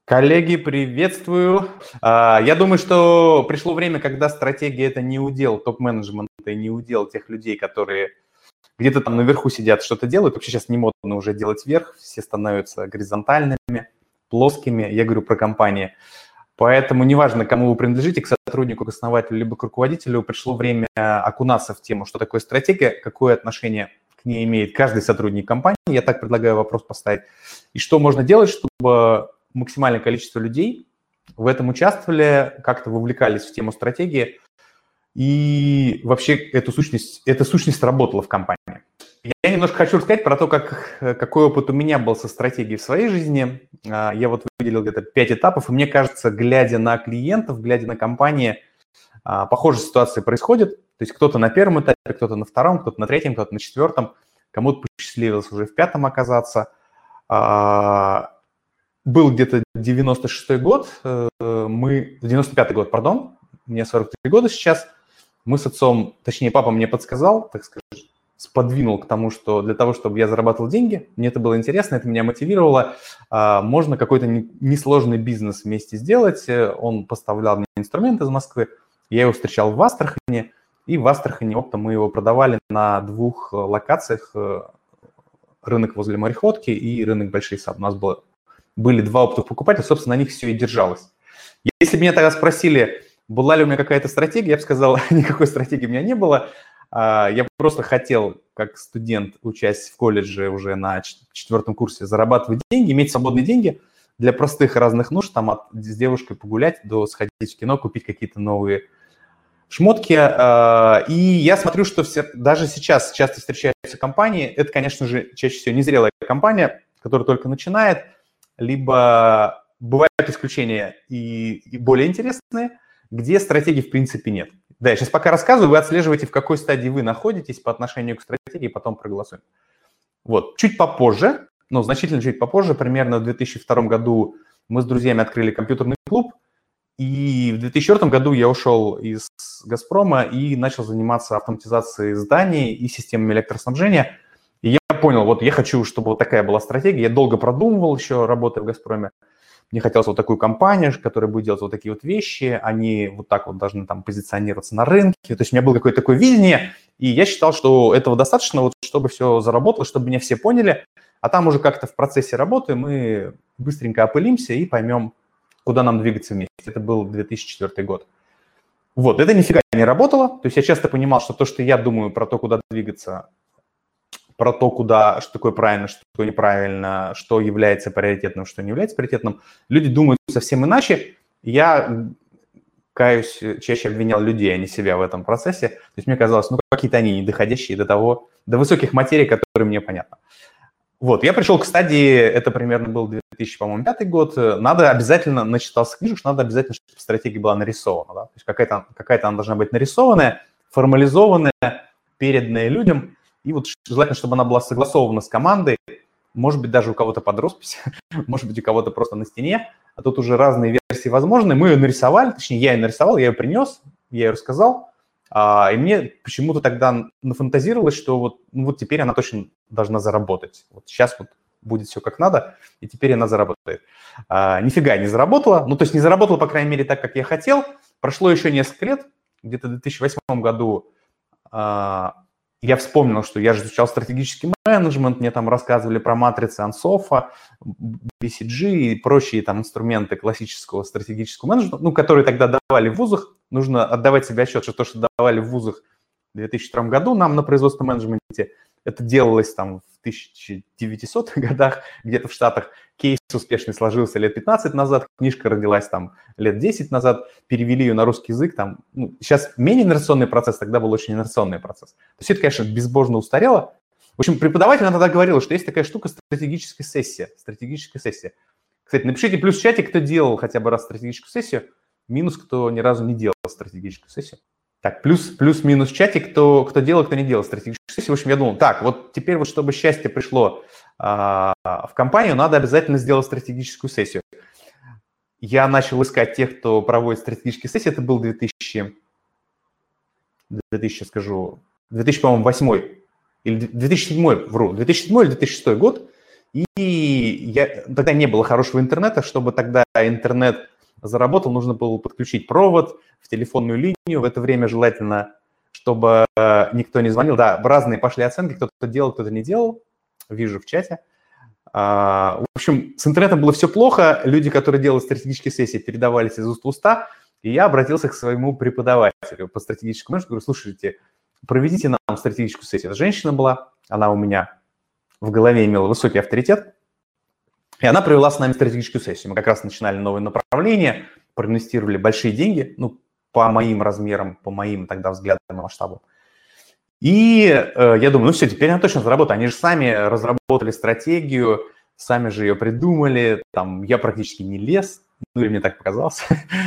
Коллеги, приветствую. Я думаю, что пришло время, когда стратегия – это не удел топ-менеджмента и не удел тех людей, которые где-то там наверху сидят, что-то делают. Вообще сейчас не модно уже делать вверх, все становятся горизонтальными, плоскими. Я говорю про компании. Поэтому неважно, кому вы принадлежите, к сотруднику, к основателю, либо к руководителю, пришло время окунаться в тему, что такое стратегия, какое отношение к ней имеет каждый сотрудник компании. Я так предлагаю вопрос поставить. И что можно делать, чтобы максимальное количество людей в этом участвовали, как-то вовлекались в тему стратегии, и вообще эта сущность работала в компании. Я немножко хочу рассказать про то, какой опыт у меня был со стратегией в своей жизни. Я вот выделил где-то 5 этапов, и мне кажется, глядя на клиентов, глядя на компании, похожие ситуации происходят. То есть кто-то на первом этапе, кто-то на втором, кто-то на третьем, кто-то на четвертом, кому-то посчастливилось уже в пятом оказаться. Был где-то 96-й год, 95-й год, пардон, мне 43 года сейчас. Мы с отцом, точнее, папа мне подсказал, так сказать, сподвинул к тому, что для того, чтобы я зарабатывал деньги, мне это было интересно, это меня мотивировало, можно какой-то несложный бизнес вместе сделать. Он поставлял мне инструменты из Москвы, я его встречал в Астрахани, и в Астрахани оптом мы его продавали на 2 локациях, рынок возле Мореходки и рынок Большие Сады. У нас были 2 оптовых покупателя, собственно, на них все и держалось. Если бы меня тогда спросили, была ли у меня какая-то стратегия, я бы сказал, никакой стратегии у меня не было. Я просто хотел, как студент, учась в колледже уже на 4-м курсе, зарабатывать деньги, иметь свободные деньги для простых разных нужд, там с девушкой погулять, до сходить в кино, купить какие-то новые шмотки. И я смотрю, что даже сейчас часто встречаются компании, это, конечно же, чаще всего незрелая компания, которая только начинает, либо бывают исключения и более интересные, где стратегии в принципе нет. Да, я сейчас пока рассказываю, вы отслеживаете, в какой стадии вы находитесь по отношению к стратегии, потом проголосуем. Вот, чуть попозже, значительно чуть попозже, примерно в 2002 году мы с друзьями открыли компьютерный клуб, и в 2004 году я ушел из «Газпрома» и начал заниматься автоматизацией зданий и системами электроснабжения. И я понял, вот я хочу, чтобы вот такая была стратегия. Я долго продумывал еще, работая в «Газпроме». Мне хотелось вот такую компанию, которая будет делать вот такие вот вещи. Они вот так вот должны там позиционироваться на рынке. То есть у меня было какое-то такое видение, и я считал, что этого достаточно, вот, чтобы все заработало, чтобы меня все поняли. А там уже как-то в процессе работы мы быстренько опылимся и поймем, куда нам двигаться вместе. Это был 2004 год. Вот, это нифига не работало. То есть я часто понимал, что то, что я думаю про то, куда двигаться, про то, что такое правильно, что такое неправильно, что является приоритетным, что не является приоритетным, люди думают совсем иначе. Я, каюсь, чаще обвинял людей, а не себя в этом процессе. То есть мне казалось, какие-то они не доходящие до высоких материй, которые мне понятны. Вот, я пришел к стадии, это примерно был 2005 год, надо обязательно, начитался книжек, что надо обязательно, чтобы стратегия была нарисована. Да? То есть какая-то она должна быть нарисованная, формализованная, переданная людям. И вот желательно, чтобы она была согласована с командой, может быть, даже у кого-то под роспись, может быть, у кого-то просто на стене, а тут уже разные версии возможны. Мы ее нарисовали, точнее, я ее нарисовал, я ее принес, я ее рассказал, и мне почему-то тогда нафантазировалось, что вот теперь она точно должна заработать. Вот сейчас вот будет все как надо, и теперь она заработает. Нифига не заработала, то есть не заработала, по крайней мере, так, как я хотел. Прошло еще несколько лет, где-то в 2008 году я вспомнил, что я же изучал стратегический менеджмент, мне там рассказывали про матрицы Ансофа, BCG и прочие там инструменты классического стратегического менеджмента, которые тогда давали в вузах. Нужно отдавать себе отчет, что то, что давали в вузах в 2002 году нам на производственном менеджменте, это делалось там в 1900-х годах, где-то в Штатах. Кейс успешный сложился лет 15 назад, книжка родилась там лет 10 назад, перевели ее на русский язык. Сейчас менее инерционный процесс, тогда был очень инерционный процесс. То есть это, конечно, безбожно устарело. В общем, преподаватель тогда говорил, что есть такая штука стратегическая сессия. Кстати, напишите плюс в чате, кто делал хотя бы раз стратегическую сессию, минус, кто ни разу не делал стратегическую сессию. Так, плюс-минус в чате, кто делал, кто не делал стратегическую сессию. В общем, я думал, так, вот теперь вот, чтобы счастье пришло в компанию, надо обязательно сделать стратегическую сессию. Я начал искать тех, кто проводит стратегические сессии. Это был 2008 или 2007 или 2006 год. И тогда не было хорошего интернета. Чтобы тогда интернет заработал, нужно было подключить провод в телефонную линию. В это время желательно, чтобы никто не звонил. Да, разные пошли оценки, кто-то делал, кто-то не делал. Вижу в чате. В общем, с интернетом было все плохо. Люди, которые делали стратегические сессии, передавались из уст в уста. И я обратился к своему преподавателю по стратегическому менеджменту. Говорю, слушайте, проведите нам стратегическую сессию. Это женщина была, она у меня в голове имела высокий авторитет. И она провела с нами стратегическую сессию. Мы как раз начинали новые направления, проинвестировали большие деньги, ну, по моим размерам, по моим тогда взглядам и масштабам. И я думаю, ну все, теперь она точно заработает. Они же сами разработали стратегию, сами же ее придумали. Там я практически не лез, ну или мне так показалось.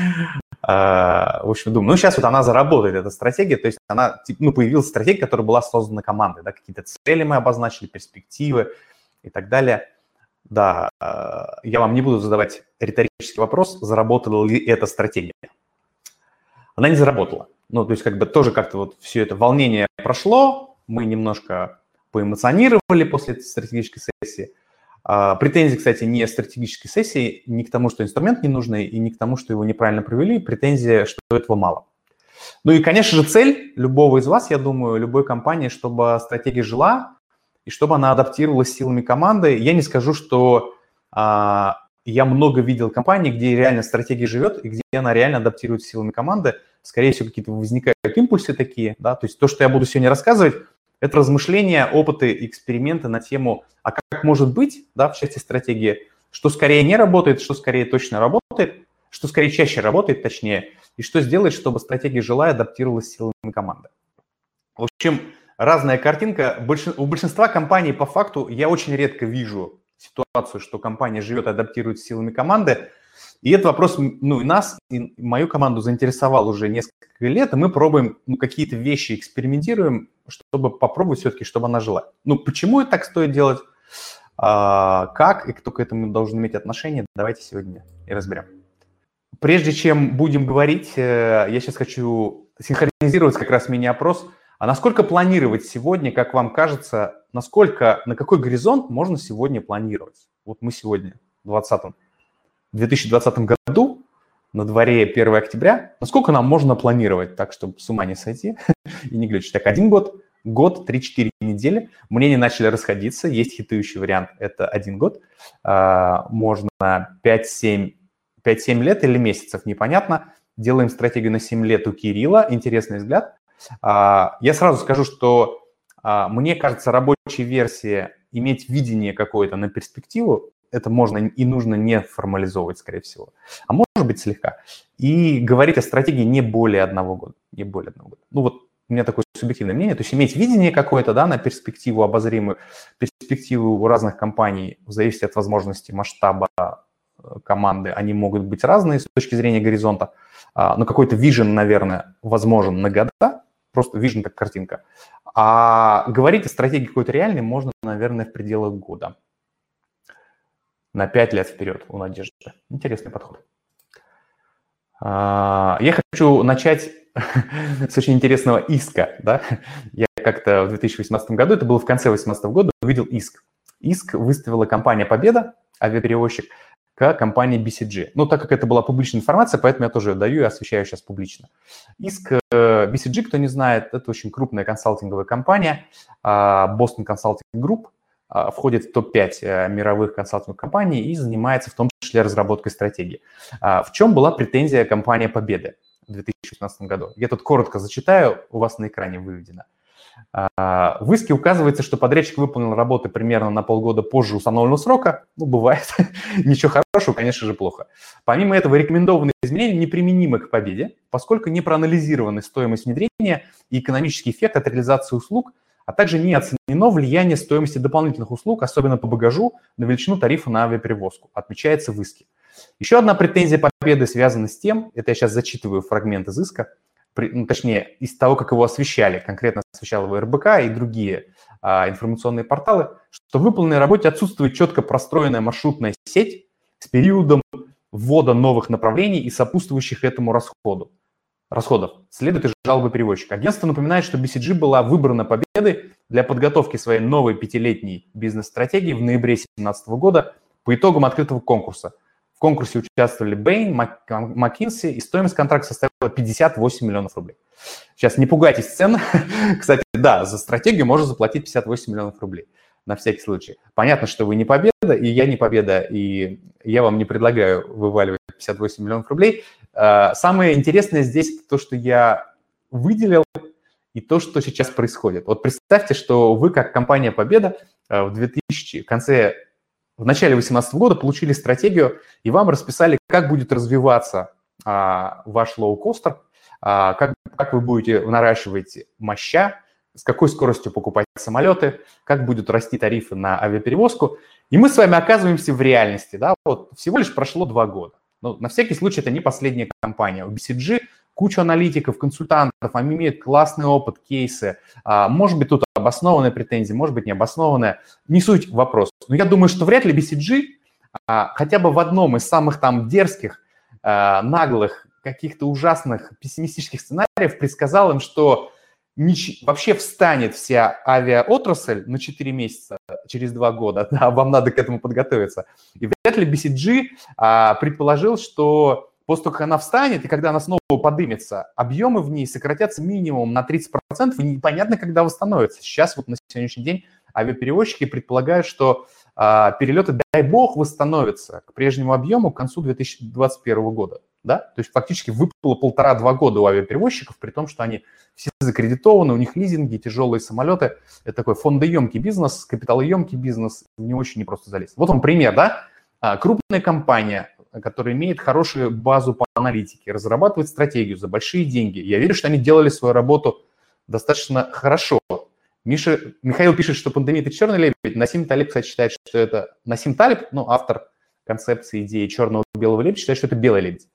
В общем, думаю, ну сейчас вот она заработает, эта стратегия. То есть она, ну, появилась стратегия, которая была создана командой. Да, какие-то цели мы обозначили, перспективы и так далее. Да, я вам не буду задавать риторический вопрос, заработала ли эта стратегия. Она не заработала. Ну, то есть как бы тоже как-то вот все это волнение прошло, мы немножко поэмоционировали после этой стратегической сессии. Претензии, кстати, не стратегической сессии, не к тому, что инструмент не нужный, и не к тому, что его неправильно провели, претензия, что этого мало. Ну и, конечно же, цель любого из вас, я думаю, любой компании, чтобы стратегия жила, и чтобы она адаптировалась силами команды. Я не скажу, что я много видел компаний, где реально стратегия живет, и где она реально адаптируется силами команды. Скорее всего, какие-то возникают импульсы такие, да, то есть то, что я буду сегодня рассказывать, это размышления, опыты, эксперименты на тему, а как может быть, да, в части стратегии, что скорее не работает, что скорее точно работает, что скорее чаще работает, точнее, и что сделать, чтобы стратегия жила и адаптировалась силами команды. В общем, разная картинка. У большинства компаний по факту я очень редко вижу ситуацию, что компания живет и адаптируется силами команды. И этот вопрос, ну, и нас, и мою команду заинтересовал уже несколько лет, и мы пробуем, ну, какие-то вещи, экспериментируем, чтобы попробовать все-таки, чтобы она жила. Ну, почему это так стоит делать, как и кто к этому должен иметь отношение, давайте сегодня и разберем. Прежде чем будем говорить, я сейчас хочу синхронизировать как раз мини-опрос. А насколько планировать сегодня, как вам кажется, на какой горизонт можно сегодня планировать? Вот мы сегодня, в 2020 году, на дворе 1 октября, насколько нам можно планировать так, чтобы с ума не сойти и не глючить? Так, 1 год, 3-4 недели. Мнения начали расходиться. Есть хитующий вариант, это 1 год. Можно 5-7 лет или месяцев, непонятно. Делаем стратегию на 7 лет у Кирилла. Интересный взгляд. Я сразу скажу, что мне кажется, рабочая версия иметь видение какое-то на перспективу, это можно и нужно не формализовывать, скорее всего, а может быть слегка. И говорить о стратегии не более 1 года. Не более 1 года. Ну вот у меня такое субъективное мнение. То есть иметь видение какое-то, да, на перспективу обозримую, перспективу у разных компаний, в зависимости от возможности масштаба команды, они могут быть разные с точки зрения горизонта. Но какой-то вижен, наверное, возможен на года, просто вижен как картинка. А говорить о стратегии какой-то реальной можно, наверное, в пределах года. На 5 лет вперед у Надежды. Интересный подход. Я хочу начать с очень интересного иска. Да? Я как-то в 2018 году, это было в конце 2018 года, увидел иск. Иск выставила компания «Победа», авиаперевозчик, к компании BCG. Ну, так как это была публичная информация, поэтому я тоже ее даю и освещаю сейчас публично. Иск BCG, кто не знает, это очень крупная консалтинговая компания, Boston Consulting Group, входит в топ-5 мировых консалтинговых компаний и занимается в том числе разработкой стратегии. В чем была претензия компании «Победы» в 2016 году? Я тут коротко зачитаю, у вас на экране выведено. В иске указывается, что подрядчик выполнил работы примерно на полгода позже установленного срока. Ну, бывает. Ничего хорошего, конечно же, плохо. Помимо этого, рекомендованные изменения неприменимы к «Победе», поскольку не проанализированы стоимость внедрения и экономический эффект от реализации услуг, а также не оценено влияние стоимости дополнительных услуг, особенно по багажу, на величину тарифа на авиаперевозку, отмечается в иске. Еще одна претензия «Победы» связана с тем, это я сейчас зачитываю фрагмент из иска, точнее, из того, как его освещали, конкретно освещал его РБК и другие информационные порталы, что в выполненной работе отсутствует четко простроенная маршрутная сеть с периодом ввода новых направлений и сопутствующих этому расходов. Следует и жалобы перевозчика. Агентство напоминает, что BCG была выбрана «Победой» для подготовки своей новой 5-летней бизнес-стратегии в ноябре 2017 года по итогам открытого конкурса. В конкурсе участвовали Bain, McKinsey, и стоимость контракта составила 58 миллионов рублей. Сейчас не пугайтесь цен. Кстати, да, за стратегию можно заплатить 58 миллионов рублей. На всякий случай. Понятно, что вы не победа, и я не победа, и я вам не предлагаю вываливать 58 миллионов рублей. Самое интересное здесь то, что я выделил, и то, что сейчас происходит. Вот представьте, что вы, как компания «Победа», в начале 2018 года получили стратегию, и вам расписали, как будет развиваться ваш лоукостер, как вы будете наращивать моща, с какой скоростью покупать самолеты, как будут расти тарифы на авиаперевозку. И мы с вами оказываемся в реальности. Да? Вот всего лишь прошло 2 года. Но на всякий случай это не последняя компания. У BCG куча аналитиков, консультантов, они имеют классный опыт, кейсы. Может быть, тут обоснованные претензии, может быть, необоснованные. Не суть вопрос. Но я думаю, что вряд ли BCG хотя бы в одном из самых там дерзких, наглых, каких-то ужасных пессимистических сценариев предсказал им, что вообще встанет вся авиаотрасль на 4 месяца через 2 года. Да, вам надо к этому подготовиться. И вряд ли BCG предположил, что после того, как она встанет, и когда она снова подымется, объемы в ней сократятся минимум на 30%, и непонятно, когда восстановятся. Сейчас вот на сегодняшний день авиаперевозчики предполагают, что перелеты, дай бог, восстановятся к прежнему объему к концу 2021 года. Да? То есть фактически выпало 1,5-2 года у авиаперевозчиков, при том, что они все закредитованы, у них лизинги, тяжелые самолеты. Это такой фондоемкий бизнес, капиталоемкий бизнес, не очень непросто залезть. Вот вам пример, да? Крупная компания, которая имеет хорошую базу по аналитике, разрабатывает стратегию за большие деньги. Я верю, что они делали свою работу достаточно хорошо. Михаил пишет, что пандемия – это черный лебедь. Насим Талиб, кстати, считает, что это… Насим Талиб, автор концепции идеи черного-белого лебедя, считает, что это белый лебедь.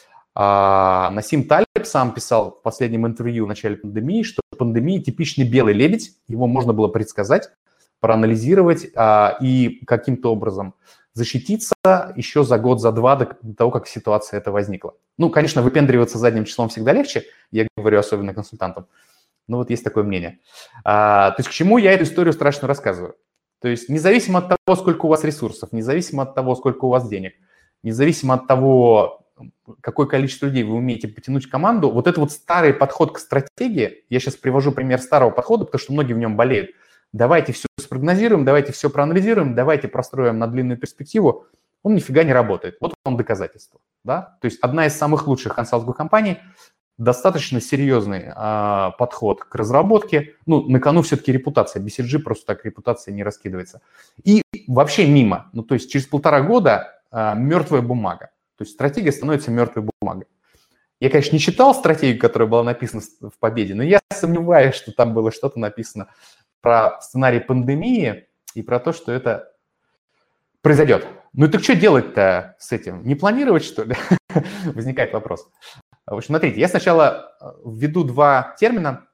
Насим Талиб сам писал в последнем интервью в начале пандемии, что пандемия – типичный белый лебедь. Его можно было предсказать, проанализировать и каким-то образом защититься еще за год, за 2 до того, как ситуация эта возникла. Конечно, выпендриваться задним числом всегда легче, я говорю особенно консультантам, но вот есть такое мнение. То есть к чему я эту историю страшно рассказываю? То есть независимо от того, сколько у вас ресурсов, независимо от того, сколько у вас денег, независимо от того, какое количество людей вы умеете потянуть команду, вот это вот старый подход к стратегии, я сейчас привожу пример старого подхода, потому что многие в нем болеют. Давайте все спрогнозируем, давайте все проанализируем, давайте простроим на длинную перспективу. Он нифига не работает. Вот вам доказательство. Да? То есть одна из самых лучших консалтинговых компаний, достаточно серьезный подход к разработке. На кону все-таки репутация. BCG просто так репутация не раскидывается. И вообще мимо. То есть через 1,5 года мертвая бумага. То есть стратегия становится мертвой бумагой. Я, конечно, не читал стратегию, которая была написана в «Победе», но я сомневаюсь, что там было что-то написано про сценарий пандемии и про то, что это произойдет. Так что делать-то с этим? Не планировать, что ли? Возникает вопрос. В общем, смотрите, я сначала введу 2 термина.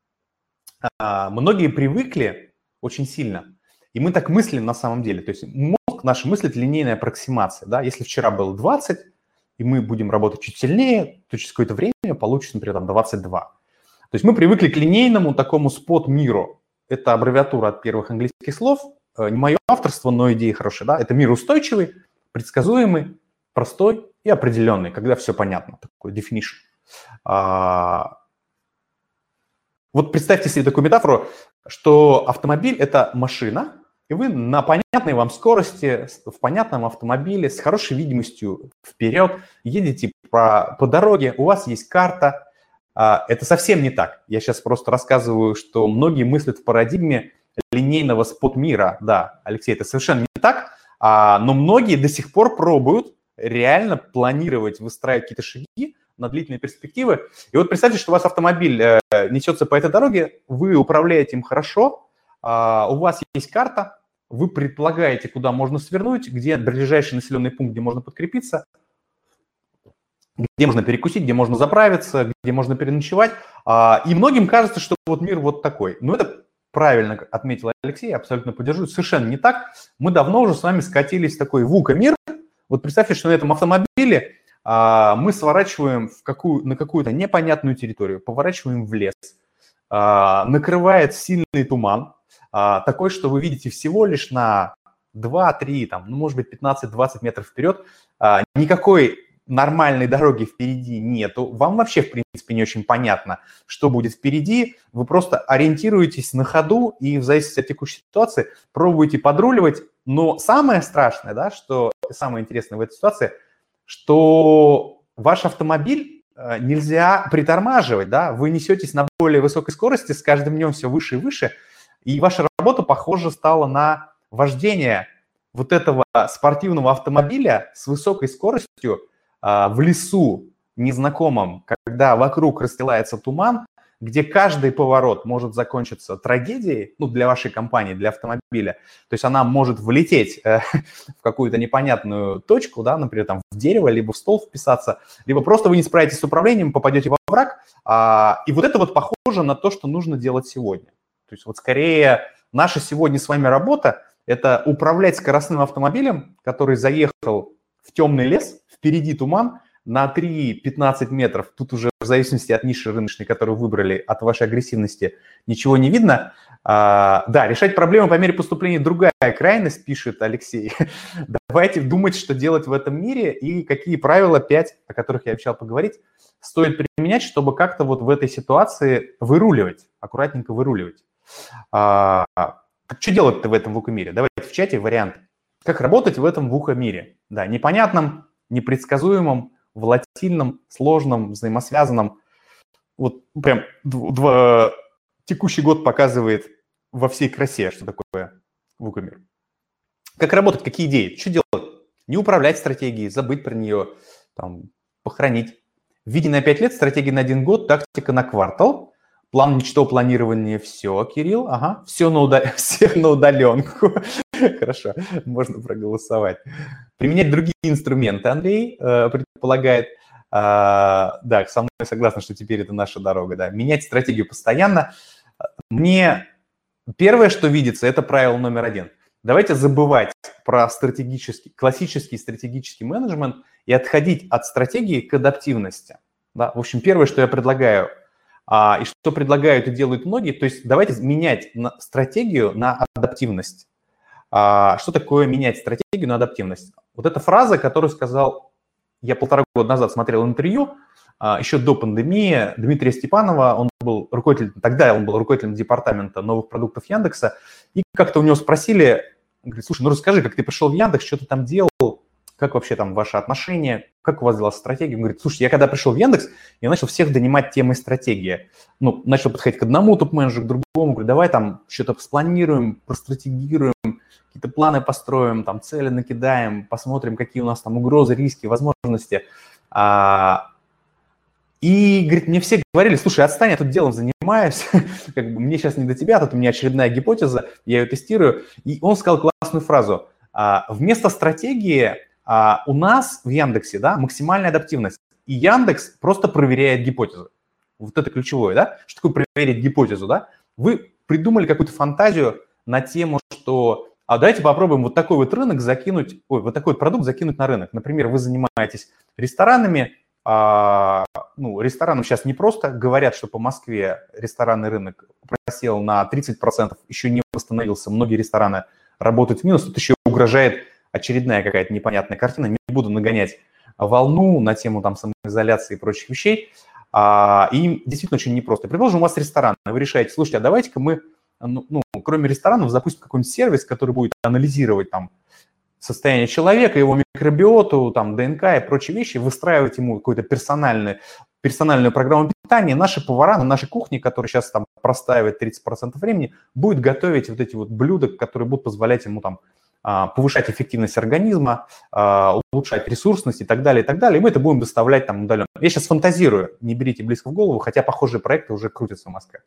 Многие привыкли очень сильно, и мы так мыслим на самом деле. То есть мозг наш мыслит линейная аппроксимация. Да? Если вчера было 20, и мы будем работать чуть сильнее, то через какое-то время получится, например, 22. То есть мы привыкли к линейному такому спот-миру. Это аббревиатура от первых английских слов. Не мое авторство, но идея хорошая. Да? Это мир устойчивый, предсказуемый, простой и определенный, когда все понятно. Такой definition. Вот представьте себе такую метафору, что автомобиль – это машина, и вы на понятной вам скорости, в понятном автомобиле, с хорошей видимостью вперед, едете по дороге, у вас есть карта. Это совсем не так. Я сейчас просто рассказываю, что многие мыслят в парадигме линейного спот-мира. Да, Алексей, это совершенно не так, но многие до сих пор пробуют реально планировать, выстраивать какие-то шаги на длительные перспективы. И вот представьте, что у вас автомобиль несется по этой дороге, вы управляете им хорошо, у вас есть карта, вы предполагаете, куда можно свернуть, где ближайший населенный пункт, где можно подкрепиться, где можно перекусить, где можно заправиться, где можно переночевать. И многим кажется, что вот мир вот такой. Но это правильно отметил Алексей, я абсолютно поддерживаю. Совершенно не так. Мы давно уже с вами скатились в такой VUCA-мир. Вот представьте, что на этом автомобиле мы сворачиваем на какую-то непонятную территорию, поворачиваем в лес. Накрывает сильный туман. такой, что вы видите всего лишь на 2-3, там, ну, может быть, 15-20 метров вперед, никакой нормальной дороги впереди нету, вам вообще, в принципе, не очень понятно, что будет впереди, вы просто ориентируетесь на ходу и в зависимости от текущей ситуации пробуете подруливать, но самое страшное, да, что самое интересное в этой ситуации, что ваш автомобиль нельзя притормаживать, да, вы несетесь на более высокой скорости, с каждым днем все выше и выше, и ваша работа, похоже, стала на вождение вот этого спортивного автомобиля с высокой скоростью в лесу незнакомом, когда вокруг расстилается туман, где каждый поворот может закончиться трагедией, ну, для вашей компании, для автомобиля. То есть она может влететь в какую-то непонятную точку, да, например, там в дерево, либо в стол вписаться, либо просто вы не справитесь с управлением, попадете во враг. И вот это вот похоже на то, что нужно делать сегодня. То есть вот скорее наша сегодня с вами работа – это управлять скоростным автомобилем, который заехал в темный лес, впереди туман, на 3-15 метров, тут уже в зависимости от ниши рыночной, которую выбрали, от вашей агрессивности, ничего не видно. Да, решать проблемы по мере поступления другая крайность, пишет Алексей. Давайте думать, что делать в этом мире и какие правила, 5, о которых я обещал поговорить, стоит применять, чтобы как-то вот в этой ситуации выруливать, аккуратненько выруливать. Так что делать-то в этом вука-мире? Давайте в чате варианты. Как работать в этом вука-мире? Да, непонятном, непредсказуемом, волатильном, сложном, взаимосвязанном. Вот прям текущий год показывает во всей красе, что такое вука-мир. Как работать, какие идеи, что делать? Не управлять стратегией, забыть про нее, там, похоронить. Видение на 5 лет, стратегия на 1 год, тактика на квартал. План ничто, планирование, все, Кирилл, ага, всех на удаленку. Хорошо, можно проголосовать. Применять другие инструменты, Андрей предполагает. Да, со мной согласен, что теперь это наша дорога, да. Менять стратегию постоянно. Мне первое, что видится, это правило номер 1. Давайте забывать про классический стратегический менеджмент и отходить от стратегии к адаптивности. Да? В общем, первое, что я предлагаю, и что предлагают и делают многие, то есть давайте менять стратегию на адаптивность. Что такое менять стратегию на адаптивность? Вот эта фраза, которую сказал, я 1,5 года назад смотрел интервью, еще до пандемии, Дмитрия Степанова, тогда он был руководителем департамента новых продуктов Яндекса, и как-то у него спросили, говорит, слушай, ну расскажи, как ты пришел в Яндекс, что ты там делал, как вообще там ваши отношения, как у вас дела стратегия? Он говорит, слушай, я когда пришел в Яндекс, я начал всех донимать темой стратегии. Ну, начал подходить к одному топ-менеджеру, к другому, говорю, давай там что-то спланируем, простратегируем, какие-то планы построим, там цели накидаем, посмотрим, какие у нас там угрозы, риски, возможности. И, говорит, мне все говорили, слушай, отстань, я тут делом занимаюсь, как бы мне сейчас не до тебя, тут у меня очередная гипотеза, я ее тестирую. И он сказал классную фразу, вместо стратегии у нас в Яндексе, да, максимальная адаптивность, и Яндекс просто проверяет гипотезу. Вот это ключевое, да? Что такое проверить гипотезу, да? Вы придумали какую-то фантазию на тему, что давайте попробуем вот такой вот рынок закинуть, вот такой вот продукт закинуть на рынок. Например, вы занимаетесь ресторанами, ресторанам сейчас не просто говорят, что по Москве ресторанный рынок просел на 30%, еще не восстановился, многие рестораны работают в минус, тут еще угрожает очередная какая-то непонятная картина, не буду нагонять волну на тему там самоизоляции и прочих вещей, им действительно очень непросто. Предположим, у вас ресторан, вы решаете, слушайте, а давайте-ка мы, кроме ресторанов, запустим какой-нибудь сервис, который будет анализировать там состояние человека, его микробиоту, там, ДНК и прочие вещи, выстраивать ему какую-то персональную программу питания. Наши повара на нашей кухне, которые сейчас там простаивают 30% времени, будут готовить вот эти вот блюда, которые будут позволять ему там повышать эффективность организма, улучшать ресурсность и так далее, и так далее. И мы это будем доставлять там удаленно. Я сейчас фантазирую, не берите близко в голову, хотя похожие проекты уже крутятся в Москве.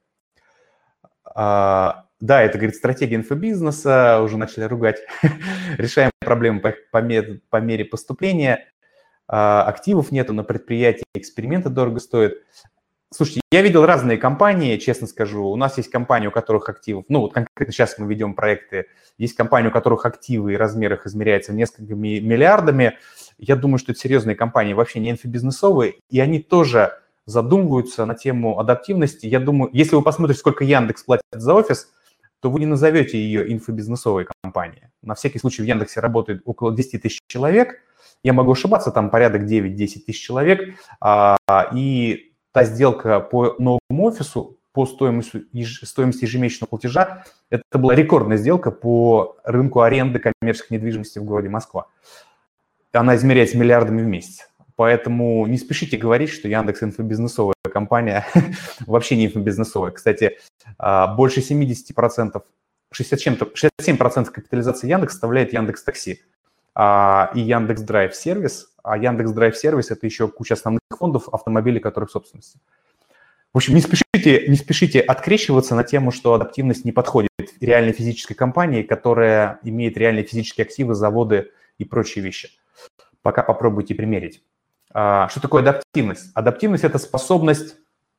Да, это, говорит, стратегия инфобизнеса, уже начали ругать. Решаем проблемы по мере поступления. Активов нету на предприятии, эксперименты дорого стоят. Слушайте, я видел разные компании, честно скажу. У нас есть компании, у которых активов, вот конкретно сейчас мы ведем проекты, есть компании, у которых активы и размер их измеряется несколькими миллиардами. Я думаю, что это серьезные компании, вообще не инфобизнесовые, и они тоже задумываются на тему адаптивности. Я думаю, если вы посмотрите, сколько Яндекс платит за офис, то вы не назовете ее инфобизнесовой компанией. На всякий случай в Яндексе работает около 10 тысяч человек. Я могу ошибаться, там порядок 9-10 тысяч человек. И та сделка по новому офису, по стоимости ежемесячного платежа, это была рекордная сделка по рынку аренды коммерческой недвижимости в городе Москва. Она измеряется миллиардами в месяц. Поэтому не спешите говорить, что Яндекс инфобизнесовая компания. Вообще не инфобизнесовая. Кстати, больше 70%, 67% капитализации Яндекс составляет Яндекс.Такси и Яндекс.Драйв-сервис. А Яндекс.Драйв-сервис – это еще куча основных фондов, автомобилей, которых в собственности. В общем, не спешите открещиваться на тему, что адаптивность не подходит реальной физической компании, которая имеет реальные физические активы, заводы и прочие вещи. Пока попробуйте примерить. Что такое адаптивность? Адаптивность – это способность…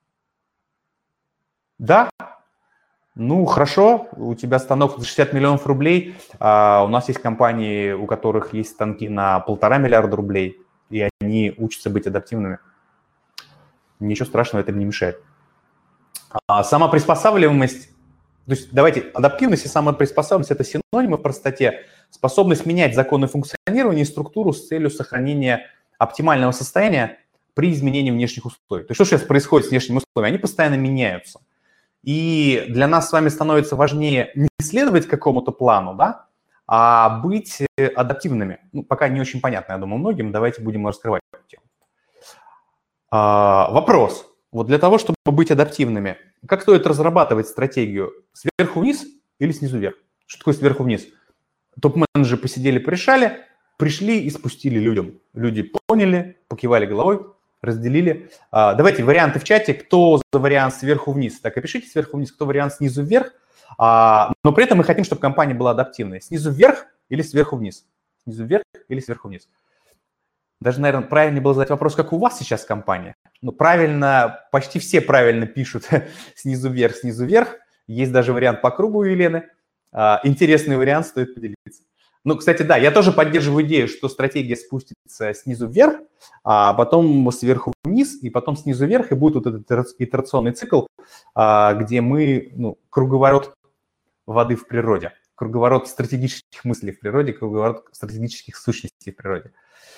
Да, ну хорошо, у тебя станок за 60 миллионов рублей, у нас есть компании, у которых есть станки на 1,5 миллиарда рублей, и они учатся быть адаптивными. Ничего страшного, это не мешает. Самоприспосабливаемость, то есть давайте, адаптивность и самоприспосабливаемость – это синонимы в простоте. Способность менять законы функционирования и структуру с целью сохранения оптимального состояния при изменении внешних условий. То есть что сейчас происходит с внешними условиями? Они постоянно меняются. И для нас с вами становится важнее не следовать какому-то плану, да, а быть адаптивными. Ну, пока не очень понятно, я думаю, многим. Давайте будем раскрывать эту тему. Вопрос. Вот для того, чтобы быть адаптивными, как стоит разрабатывать стратегию? Сверху вниз или снизу вверх? Что такое сверху вниз? Топ-менеджеры посидели, порешали, пришли и спустили людям. Люди поняли, покивали головой, разделили. Давайте варианты в чате. Кто за вариант сверху вниз? Так и пишите сверху вниз. Кто вариант снизу вверх? Но при этом мы хотим, чтобы компания была адаптивной. Снизу вверх или сверху вниз? Снизу вверх или сверху вниз? Даже, наверное, правильнее было задать вопрос, как у вас сейчас компания. Ну, правильно, почти все правильно пишут снизу вверх, снизу вверх. Есть даже вариант по кругу у Елены. Интересный вариант, стоит поделиться. Ну, кстати, да, я тоже поддерживаю идею, что стратегия спустится снизу вверх, а потом сверху вниз, и потом снизу вверх, и будет вот этот итерационный цикл, где мы, ну, круговорот воды в природе, круговорот стратегических мыслей в природе, круговорот стратегических сущностей в природе.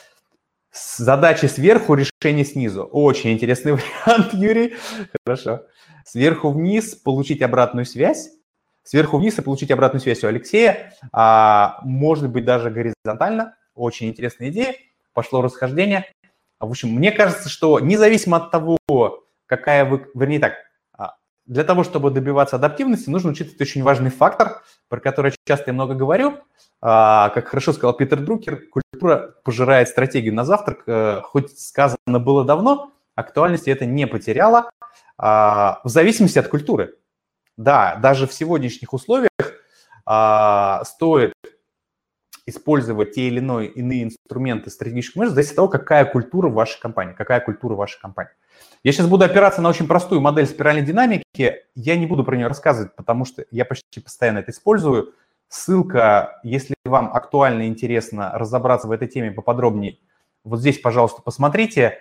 Задача сверху, решение снизу. Очень интересный вариант, Юрий. Хорошо. Сверху вниз получить обратную связь. Сверху вниз и получить обратную связь у Алексея. Может быть, даже горизонтально. Очень интересная идея. Пошло расхождение. В общем, мне кажется, что независимо от того, какая вы... Вернее так, для того, чтобы добиваться адаптивности, нужно учитывать очень важный фактор, про который я часто и много говорю. Как хорошо сказал Питер Друкер, культура пожирает стратегию на завтрак. Хоть сказано было давно, актуальности это не потеряло. В зависимости от культуры. Да, даже в сегодняшних условиях стоит использовать те или иные инструменты стратегического менеджмента, зависит от того, какая культура в вашей компании, Я сейчас буду опираться на очень простую модель спиральной динамики. Я не буду про нее рассказывать, потому что я почти постоянно это использую. Ссылка, если вам актуально и интересно разобраться в этой теме поподробнее, вот здесь, пожалуйста, посмотрите.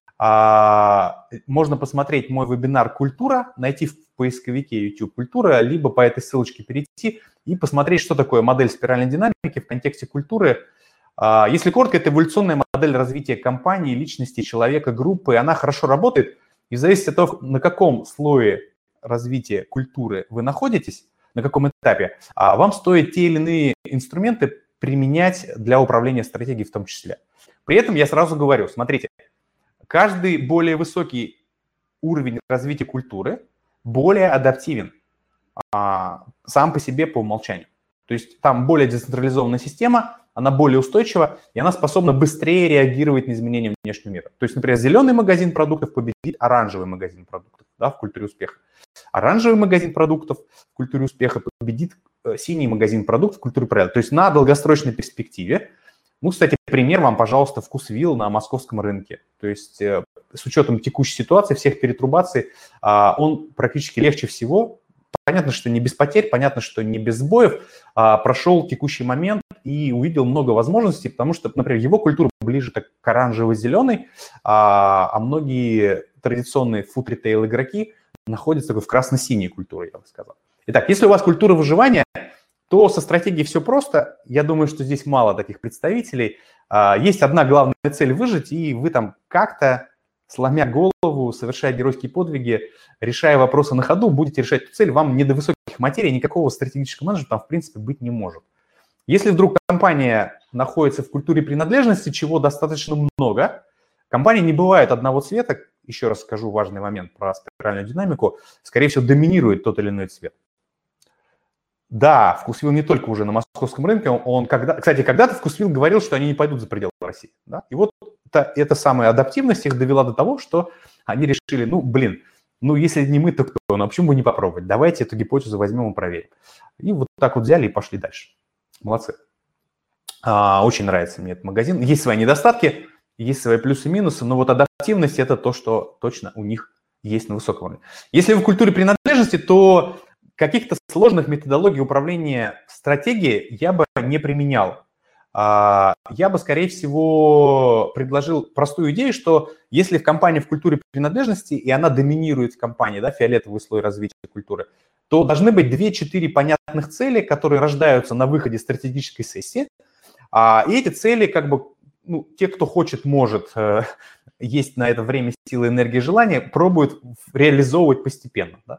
Можно посмотреть мой вебинар «Культура», найти в поисковике YouTube «Культура», либо по этой ссылочке перейти и посмотреть, что такое модель спиральной динамики в контексте культуры. Если коротко, это эволюционная модель развития компании, личности, человека, группы. Она хорошо работает, и в зависимости от того, на каком слое развития культуры вы находитесь, на каком этапе, вам стоит те или иные инструменты применять для управления стратегией в том числе. При этом я сразу говорю, смотрите, каждый более высокий уровень развития культуры более адаптивен сам по себе по умолчанию. То есть там более децентрализованная система, она более устойчива, и она способна быстрее реагировать на изменения внешнего мира. То есть, например, зеленый магазин продуктов победит оранжевый магазин продуктов, да, в культуре успеха. Оранжевый магазин продуктов в культуре успеха победит синий магазин продуктов в культуре проекта. То есть на долгосрочной перспективе. Ну, кстати, пример вам, пожалуйста, вкусвилл на московском рынке. То есть с учетом текущей ситуации, всех перетрубаций, он практически легче всего. Понятно, что не без потерь, понятно, что не без сбоев, прошел текущий момент и увидел много возможностей, потому что, например, его культура ближе к оранжево-зеленой, а многие традиционные фуд-ритейл игроки находятся в красно-синей культуре, я бы сказал. Итак, если у вас культура выживания, то со стратегией все просто. Я думаю, что здесь мало таких представителей. Есть одна главная цель – выжить, и вы там как-то, сломя голову, совершая геройские подвиги, решая вопросы на ходу, будете решать эту цель. Вам не до высоких материй, никакого стратегического менеджмента там, в принципе, быть не может. Если вдруг компания находится в культуре принадлежности, чего достаточно много, компания не бывает одного цвета, еще раз скажу важный момент про спиральную динамику, скорее всего, доминирует тот или иной цвет. Да, Вкусвилл не только уже на московском рынке, кстати, когда-то Вкусвилл говорил, что они не пойдут за пределы России. Да? И вот эта самая адаптивность их довела до того, что они решили, если не мы, то кто? Ну, а почему бы не попробовать? Давайте эту гипотезу возьмем и проверим. И вот так вот взяли и пошли дальше. Молодцы. Очень нравится мне этот магазин. Есть свои недостатки, есть свои плюсы и минусы, но вот адаптивность – это то, что точно у них есть на высоком уровне. Если вы в культуре принадлежности, то каких-то сложных методологий управления стратегией я бы не применял. Я бы, скорее всего, предложил простую идею, что если в компании в культуре принадлежности, и она доминирует в компании, да, фиолетовый слой развития культуры, то должны быть 2-4 понятных цели, которые рождаются на выходе стратегической сессии. И эти цели, те, кто хочет, может, есть на это время, силы, энергии, желания, пробуют реализовывать постепенно. Да?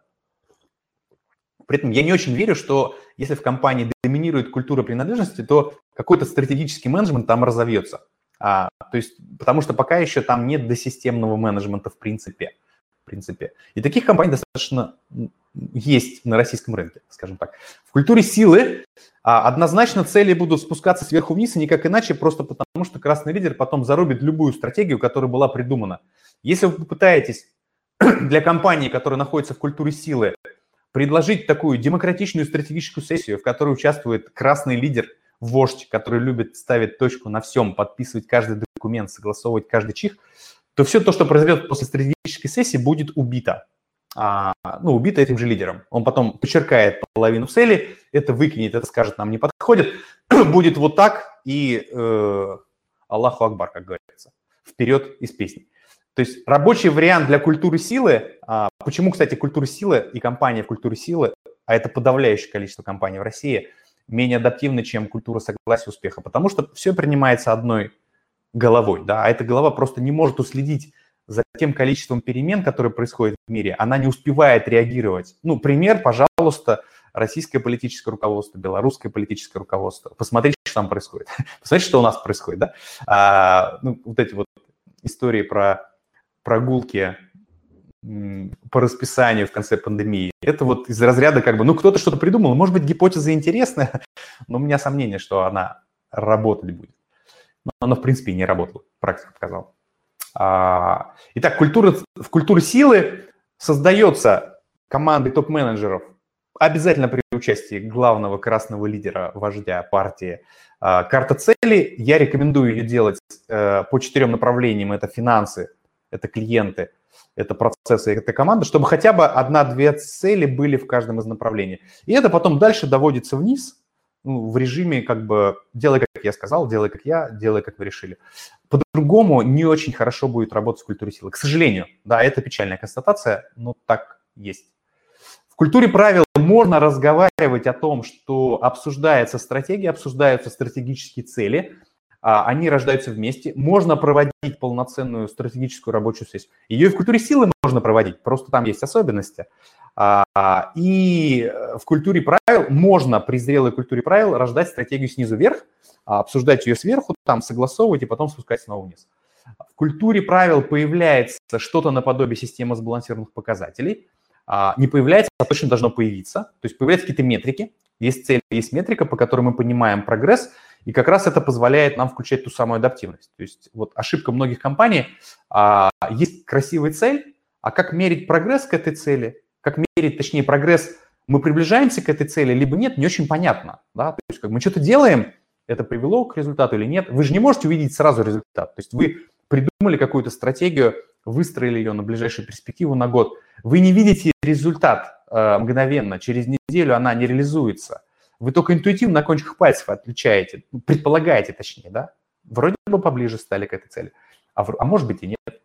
При этом я не очень верю, что если в компании доминирует культура принадлежности, то какой-то стратегический менеджмент там разовьется. Потому что пока еще там нет досистемного менеджмента в принципе. И таких компаний достаточно есть на российском рынке, скажем так. В культуре силы однозначно цели будут спускаться сверху вниз, и никак иначе, просто потому что красный лидер потом зарубит любую стратегию, которая была придумана. Если вы попытаетесь для компании, которая находится в культуре силы, предложить такую демократичную стратегическую сессию, в которой участвует красный лидер, вождь, который любит ставить точку на всем, подписывать каждый документ, согласовывать каждый чих, то все то, что произойдет после стратегической сессии, будет убито. Убито этим же лидером. Он потом подчеркает половину цели, это выкинет, это скажет, нам не подходит, будет вот так и Аллаху Акбар, как говорится, вперед из песни. То есть рабочий вариант для культуры силы, почему, кстати, культура силы и компания в культуре силы, а это подавляющее количество компаний в России, менее адаптивны, чем культура согласия успеха, потому что все принимается одной головой, да, а эта голова просто не может уследить за тем количеством перемен, которые происходят в мире, она не успевает реагировать. Пример, пожалуйста, российское политическое руководство, белорусское политическое руководство. Посмотрите, что там происходит. Посмотрите, что у нас происходит, да. Вот эти вот истории про прогулки по расписанию в конце пандемии. Это вот из разряда кто-то что-то придумал, может быть, гипотеза интересная, но у меня сомнение, что она работать будет. Но она, в принципе, и не работала, практика показала. Итак, в культуре силы создается командой топ-менеджеров обязательно при участии главного красного лидера, вождя партии. Карта цели. Я рекомендую ее делать по 4 направлениям. Это финансы, это клиенты, это процессы, это команда, чтобы хотя бы 1-2 цели были в каждом из направлений. И это потом дальше доводится вниз, в режиме делай, как я сказал, делай, как я, делай, как вы решили. По-другому не очень хорошо будет работать в культуре силы. К сожалению, да, это печальная констатация, но так есть. В культуре правил можно разговаривать о том, что обсуждается стратегия, обсуждаются стратегические цели, они рождаются вместе. Можно проводить полноценную стратегическую рабочую сессию. Ее и в культуре силы можно проводить, просто там есть особенности. И в культуре правил можно при зрелой культуре правил рождать стратегию снизу вверх, обсуждать ее сверху, там согласовывать и потом спускать снова вниз. В культуре правил появляется что-то наподобие системы сбалансированных показателей. Не появляется, а точно должно появиться. То есть появляются какие-то метрики. Есть цель, есть метрика, по которой мы понимаем прогресс, и как раз это позволяет нам включать ту самую адаптивность. То есть вот ошибка многих компаний, есть красивая цель, а как мерить прогресс к этой цели, как мерить, точнее, прогресс, мы приближаемся к этой цели, либо нет, не очень понятно. Да? То есть мы что-то делаем, это привело к результату или нет. Вы же не можете увидеть сразу результат. То есть вы придумали какую-то стратегию, выстроили ее на ближайшую перспективу на год. Вы не видите результат мгновенно, через неделю она не реализуется. Вы только интуитивно на кончиках пальцев отличаете, предполагаете точнее, да? Вроде бы поближе стали к этой цели, а может быть и нет.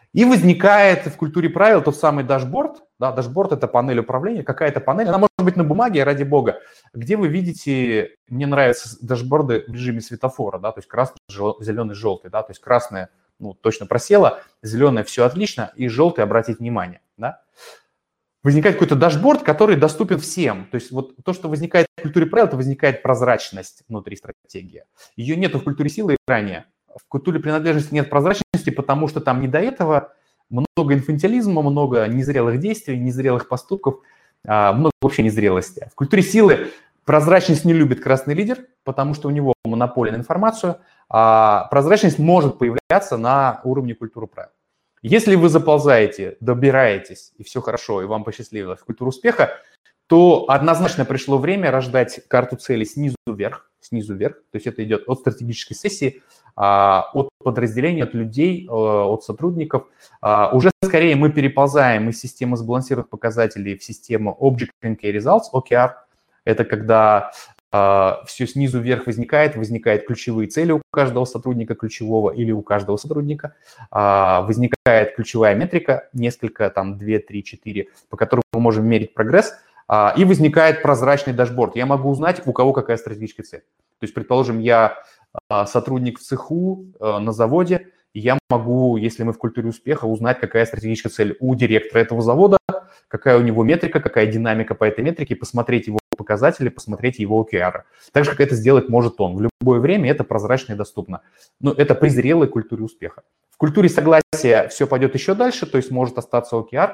И возникает в культуре правил тот самый дашборд. Да, дашборд – это панель управления, какая-то панель, она может быть на бумаге, ради бога, где вы видите, мне нравятся дашборды в режиме светофора, да, то есть красный, зеленый, желтый, да, то есть красное, ну, точно просело, зеленое – все отлично, и желтый – обратить внимание, да. Возникает какой-то дашборд, который доступен всем. То есть вот то, что возникает в культуре правил, это возникает прозрачность внутри стратегии. Ее нет в культуре силы ранее. В культуре принадлежности нет прозрачности, потому что там не до этого много инфантилизма, много незрелых действий, незрелых поступков, много вообще незрелости. В культуре силы прозрачность не любит красный лидер, потому что у него монополия на информацию, а прозрачность может появляться на уровне культуры правил. Если вы заползаете, добираетесь, и все хорошо, и вам посчастливилось в культуру успеха, то однозначно пришло время рождать карту цели снизу вверх. То есть это идет от стратегической сессии, от подразделений, от людей, от сотрудников. Уже скорее мы переползаем из системы сбалансированных показателей в систему Object and Key Results, OKR. Это когда все снизу вверх возникают ключевые цели у каждого сотрудника ключевого или у каждого сотрудника, возникает ключевая метрика, несколько, там, 2, 3, 4, по которым мы можем мерить прогресс, и возникает прозрачный дашборд. Я могу узнать, у кого какая стратегическая цель. То есть, предположим, я сотрудник в цеху, на заводе, и я могу, если мы в культуре успеха, узнать, какая стратегическая цель у директора этого завода, какая у него метрика, какая динамика по этой метрике, посмотреть его показатели, посмотреть его OKR. Так же, как это сделать может он. В любое время это прозрачно и доступно. Но это при зрелой культуре успеха. В культуре согласия все пойдет еще дальше, то есть может остаться OKR.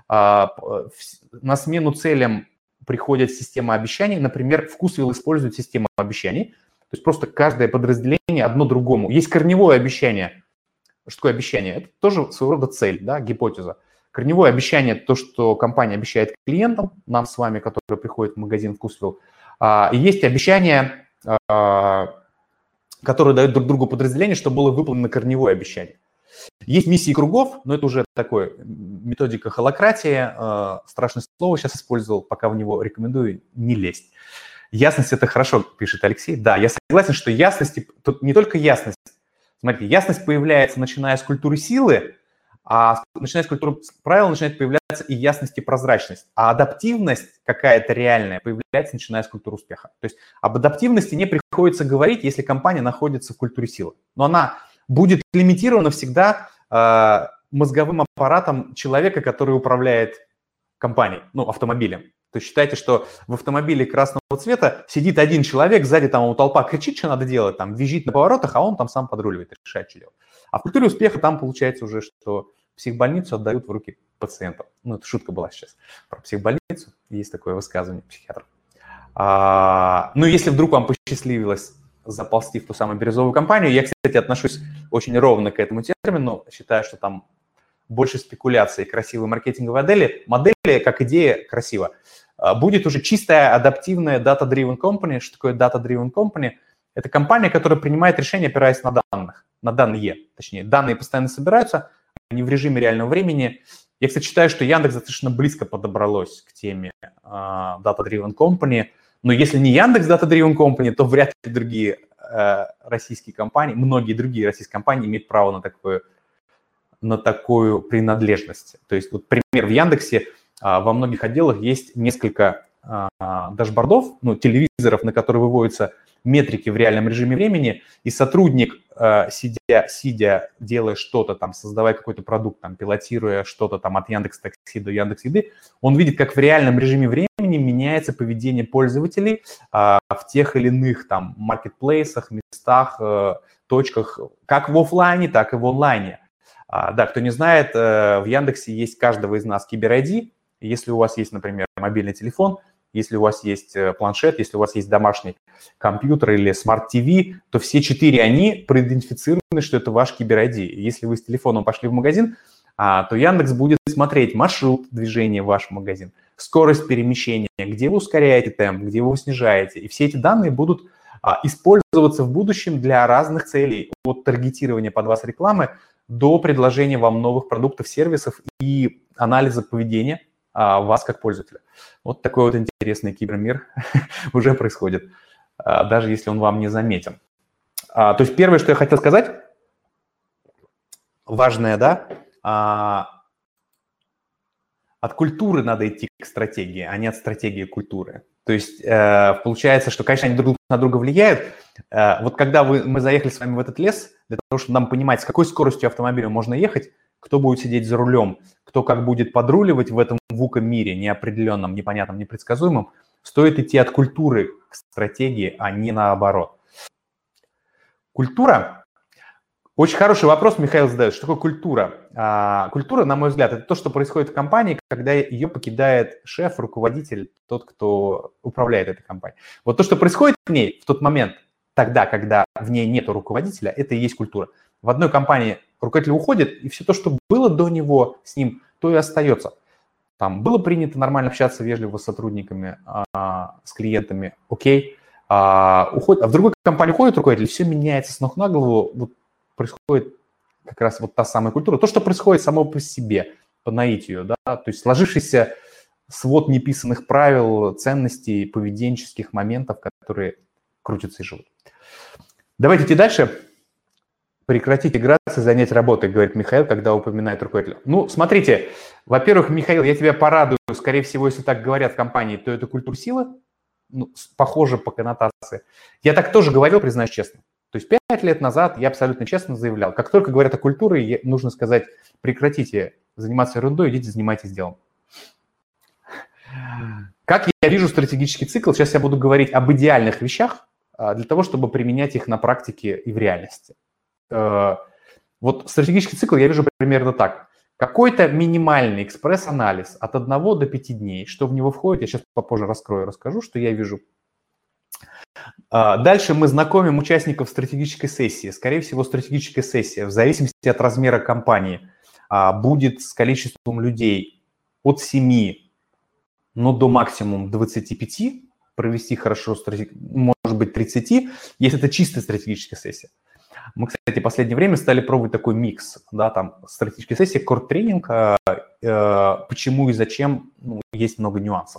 На смену целям приходит система обещаний. Например, Вкусвилл использует систему обещаний. То есть просто каждое подразделение одно другому. Есть корневое обещание. Что такое обещание? Это тоже своего рода цель, да, гипотеза. Корневое обещание – то, что компания обещает клиентам, нам с вами, которые приходят в магазин Вкусвилл. И есть обещания, которые дают друг другу подразделения, чтобы было выполнено корневое обещание. Есть миссии кругов, но это уже такое методика холократии. Страшное слово сейчас использовал, пока в него рекомендую не лезть. Ясность – это хорошо, пишет Алексей. Да, я согласен, что ясность, тут не только ясность. Смотрите, ясность появляется, начиная с культуры силы, а начиная с культуры правил начинает появляться и ясность, и прозрачность. А адаптивность какая-то реальная появляется, начиная с культуры успеха. То есть об адаптивности не приходится говорить, если компания находится в культуре силы. Но она будет лимитирована всегда мозговым аппаратом человека, который управляет компанией, ну, автомобилем. То есть считайте, что в автомобиле красного цвета сидит один человек, сзади там ему толпа кричит, что надо делать, там визжит на поворотах, а он там сам подруливает и решает, что делать. А в культуре успеха там получается уже, что психбольницу отдают в руки пациентов. Ну, это шутка была сейчас про психбольницу, есть такое высказывание психиатров. Ну, если вдруг вам посчастливилось заползти в ту самую бирюзовую компанию, я, кстати, отношусь очень ровно к этому термину, считаю, что там больше спекуляций, красивые маркетинговые модели, как идея, красиво. Будет уже чистая адаптивная data-driven company. Что такое data-driven company? Это компания, которая принимает решения, опираясь на данные, точнее. Данные постоянно собираются, они в режиме реального времени. Я, кстати, считаю, что Яндекс достаточно близко подобралось к теме data-driven company. Но если не Яндекс data-driven company, то вряд ли другие российские компании, многие другие российские компании имеют право на такую принадлежность. То есть, вот пример, в Яндексе во многих отделах есть несколько дашбордов, ну, телевизоров, на которые выводятся метрики в реальном режиме времени, и сотрудник, сидя, делая что-то там, создавая какой-то продукт, там, пилотируя что-то там от Яндекс.Такси до Яндекс.Еды, он видит, как в реальном режиме времени меняется поведение пользователей в тех или иных там маркетплейсах, местах, точках, как в офлайне, так и в онлайне. Да, кто не знает, в Яндексе есть каждого из нас Кибер-ID. Если у вас есть, например, мобильный телефон, если у вас есть планшет, если у вас есть домашний компьютер или смарт-ТВ, то все 4 они проидентифицированы, что это ваш Кибер-ID. Если вы с телефоном пошли в магазин, то Яндекс будет смотреть маршрут движения в ваш магазин, скорость перемещения, где вы ускоряете темп, где вы его снижаете. И все эти данные будут использоваться в будущем для разных целей, от таргетирования под вас рекламы до предложения вам новых продуктов, сервисов и анализа поведения вас как пользователя. Вот такой вот интересный кибермир уже происходит, даже если он вам не заметен. То есть первое, что я хотел сказать, важное, да, от культуры надо идти к стратегии, а не от стратегии к культуре. То есть получается, что, конечно, они друг на друга влияют. Вот когда мы заехали с вами в этот лес, для того, чтобы нам понимать, с какой скоростью автомобиля можно ехать, кто будет сидеть за рулем, кто как будет подруливать в этом ВУКа-мире неопределенном, непонятном, непредсказуемом, стоит идти от культуры к стратегии, а не наоборот. Культура. Очень хороший вопрос Михаил задает. Что такое культура? Культура, на мой взгляд, это то, что происходит в компании, когда ее покидает шеф, руководитель, тот, кто управляет этой компанией. Вот то, что происходит в ней в тот момент, тогда, когда в ней нет руководителя, это и есть культура. В одной компании руководитель уходит, и все то, что было до него с ним, то и остается. Там было принято нормально общаться вежливо с сотрудниками, с клиентами, окей. А в другой компании уходит руководитель, все меняется с ног на голову, вот происходит как раз вот та самая культура. То, что происходит само по себе, по наитию, да, то есть сложившийся свод неписанных правил, ценностей, поведенческих моментов, которые крутятся и живут. Давайте идти дальше. Прекратить играться, занять работой, говорит Михаил, когда упоминает руководителя. Ну, смотрите, во-первых, Михаил, я тебя порадую, скорее всего, если так говорят в компании, то это культура силы, ну, похоже по коннотации. Я так тоже говорил, признаюсь честно. То есть 5 лет назад я абсолютно честно заявлял, как только говорят о культуре, нужно сказать, прекратите заниматься ерундой, идите занимайтесь делом. Как я вижу стратегический цикл, сейчас я буду говорить об идеальных вещах, для того, чтобы применять их на практике и в реальности. Вот стратегический цикл я вижу примерно так. Какой-то минимальный экспресс-анализ от 1 до 5 дней, что в него входит, я сейчас попозже расскажу, что я вижу. Дальше мы знакомим участников стратегической сессии. Скорее всего, стратегическая сессия, в зависимости от размера компании, будет с количеством людей от 7, но до максимум 25, провести хорошо, может быть, 30, если это чистая стратегическая сессия. Мы, кстати, в последнее время стали пробовать такой микс, да, там стратегическая сессия, корт-тренинг, почему и зачем, ну, есть много нюансов.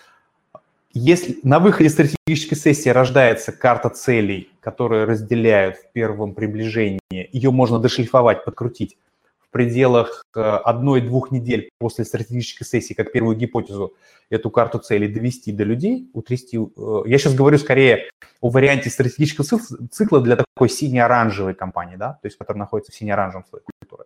Если на выходе стратегической сессии рождается карта целей, которые разделяют в первом приближении, ее можно дошлифовать, подкрутить в пределах 1-2 недель после стратегической сессии, как первую гипотезу, эту карту целей довести до людей, утрясти. Я сейчас говорю скорее о варианте стратегического цикла для такой сине-оранжевой компании, да, то есть которая находится в сине-оранжевом слое культуры.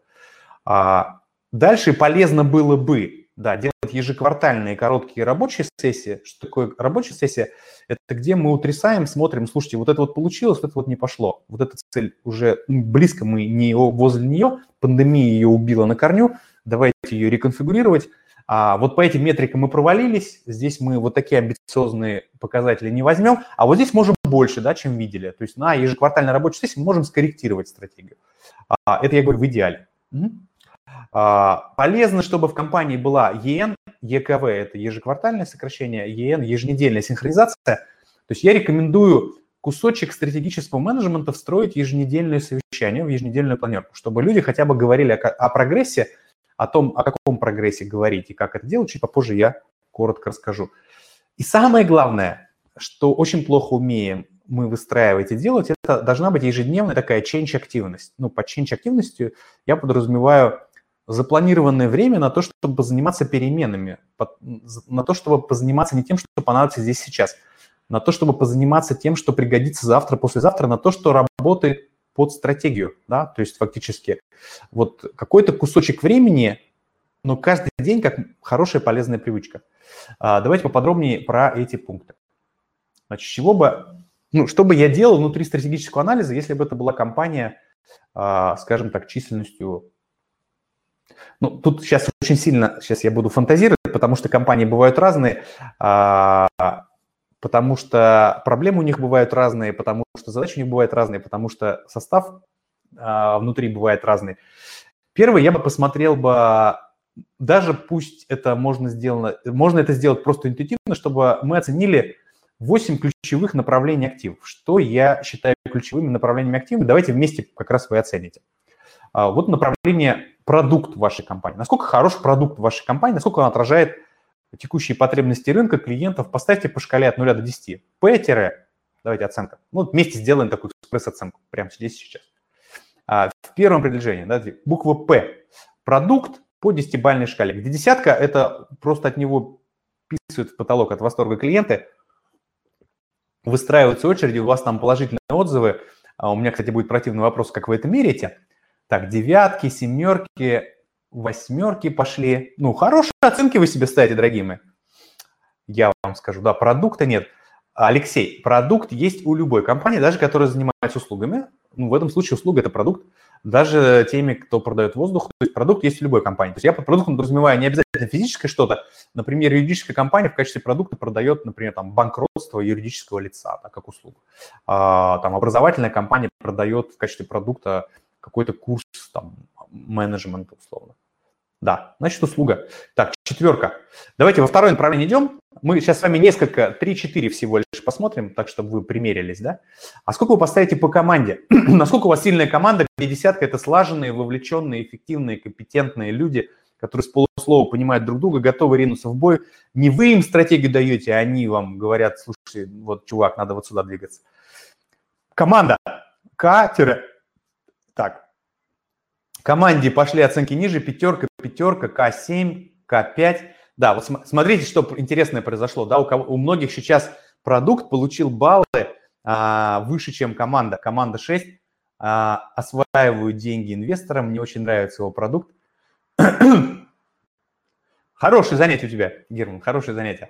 Дальше полезно было бы, да, делать ежеквартальные короткие рабочие сессии. Что такое рабочая сессия? Это где мы утрясаем, смотрим, слушайте, вот это вот получилось, вот это вот не пошло. Вот эта цель уже близко, мы не возле нее, пандемия ее убила на корню, давайте ее реконфигурировать. Вот по этим метрикам мы провалились, здесь мы вот такие амбициозные показатели не возьмем, а вот здесь можем больше, да, чем видели. То есть на ежеквартальной рабочей сессии мы можем скорректировать стратегию. Это я говорю в идеале. Полезно, чтобы в компании была ЕН, ЕКВ – это ежеквартальное сокращение, ЕН – еженедельная синхронизация. То есть я рекомендую кусочек стратегического менеджмента встроить в еженедельное совещание, в еженедельную планерку, чтобы люди хотя бы говорили о прогрессе, о том, о каком прогрессе говорить и как это делать, чуть попозже я коротко расскажу. И самое главное, что очень плохо умеем мы выстраивать и делать, это должна быть ежедневная такая change-активность. Ну, под change-активностью я подразумеваю запланированное время на то, чтобы позаниматься переменами, на то, чтобы позаниматься не тем, что понадобится здесь сейчас, на то, чтобы позаниматься тем, что пригодится завтра, послезавтра, на то, что работает под стратегию, да, то есть фактически вот какой-то кусочек времени, но каждый день как хорошая полезная привычка. Давайте поподробнее про эти пункты. Значит, что бы я делал внутри стратегического анализа, если бы это была компания, скажем так, численностью. Ну, тут сейчас я буду фантазировать, потому что компании бывают разные, потому что проблемы у них бывают разные, потому что задачи у них бывают разные, потому что состав внутри бывает разный. Первый, я бы посмотрел даже пусть это можно это сделать просто интуитивно, чтобы мы оценили 8 ключевых направлений активов. Что я считаю ключевыми направлениями активов? Давайте вместе как раз вы оцените. Вот направление продукт вашей компании. Насколько хорош продукт вашей компании, насколько он отражает текущие потребности рынка, клиентов. Поставьте по шкале от 0 до 10. Давайте оценка. Ну, вместе сделаем такую экспресс-оценку прямо здесь и сейчас. В первом предложении, да, буква П. продукт по 10-бальной шкале. Где десятка – это просто от него писают в потолок от восторга клиенты, выстраиваются очереди, у вас там положительные отзывы. У меня, кстати, будет противный вопрос, как вы это меряете. Так, 9, 7, 8 пошли. Ну, хорошие оценки вы себе ставите, дорогие мои. Я вам скажу, да, продукта нет. Алексей, продукт есть у любой компании, даже которая занимается услугами. Ну, в этом случае услуга – это продукт. Даже теми, кто продает воздух, то есть продукт есть у любой компании. То есть я под продуктом подразумеваю не обязательно физическое что-то. Например, юридическая компания в качестве продукта продает, например, там, банкротство юридического лица, так, как услугу. Там, образовательная компания продает в качестве продукта какой-то курс там, менеджмента, условно. Да, значит, услуга. Так, 4. Давайте во второе направление идем. Мы сейчас с вами несколько, 3-4 всего лишь посмотрим, так, чтобы вы примерились, да? А сколько вы поставите по команде? Насколько у вас сильная команда? 50 – это слаженные, вовлеченные, эффективные, компетентные люди, которые с полуслова понимают друг друга, готовы ринуться в бой. Не вы им стратегию даете, а они вам говорят: слушай, вот, чувак, надо вот сюда двигаться. Команда. Так. Команде пошли оценки ниже: 5, К7, К5. Да, вот смотрите, что интересное произошло. Да, у многих сейчас продукт получил баллы выше, чем команда. Команда 6. Осваивают деньги инвесторам. Мне очень нравится его продукт. Хорошее занятие у тебя, Герман, хорошее занятие.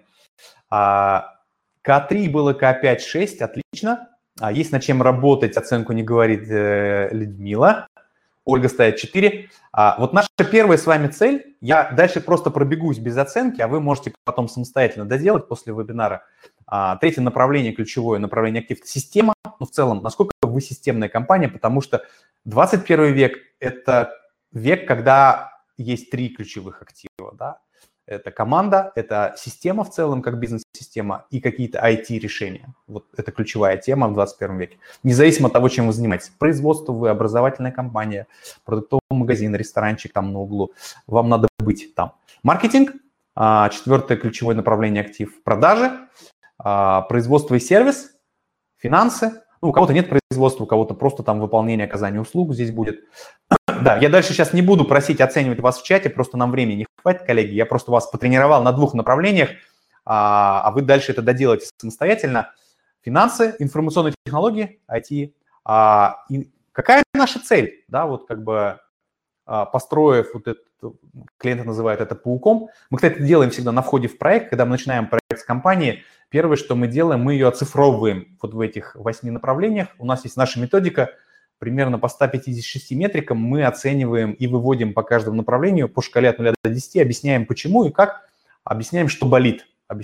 К3 было К5, 6. Отлично. Есть над чем работать. Оценку не говорит Людмила. Ольга ставит 4. Вот наша первая с вами цель. Я дальше просто пробегусь без оценки, а вы можете потом самостоятельно доделать после вебинара. Третье направление, ключевое направление актив – система. Ну, в целом, насколько вы системная компания, потому что 21 век – это век, когда есть 3 ключевых актива. Да? Это команда, это система в целом, как бизнес-система, и какие-то IT-решения. Вот это ключевая тема в 21 веке. Независимо от того, чем вы занимаетесь. Производство вы, образовательная компания, продуктовый магазин, ресторанчик там на углу. Вам надо быть там. Маркетинг, 4 ключевое направление актив. Продажи, производство и сервис, финансы. Ну, у кого-то нет производства, у кого-то просто там выполнение, оказание услуг здесь будет. Да, я дальше сейчас не буду просить оценивать вас в чате, просто нам времени не хватит, коллеги. Я просто вас потренировал на 2 направлениях, а вы дальше это доделаете самостоятельно. Финансы, информационные технологии, IT. И какая наша цель? Да, вот как бы построив вот это, клиенты называют это пауком. Мы, кстати, это делаем всегда на входе в проект, когда мы начинаем проект с компании. Первое, что мы делаем, мы ее оцифровываем вот в этих 8 направлениях. У нас есть наша методика. Примерно по 156 метрикам мы оцениваем и выводим по каждому направлению по шкале от 0 до 10, объясняем почему и как, объясняем, что болит.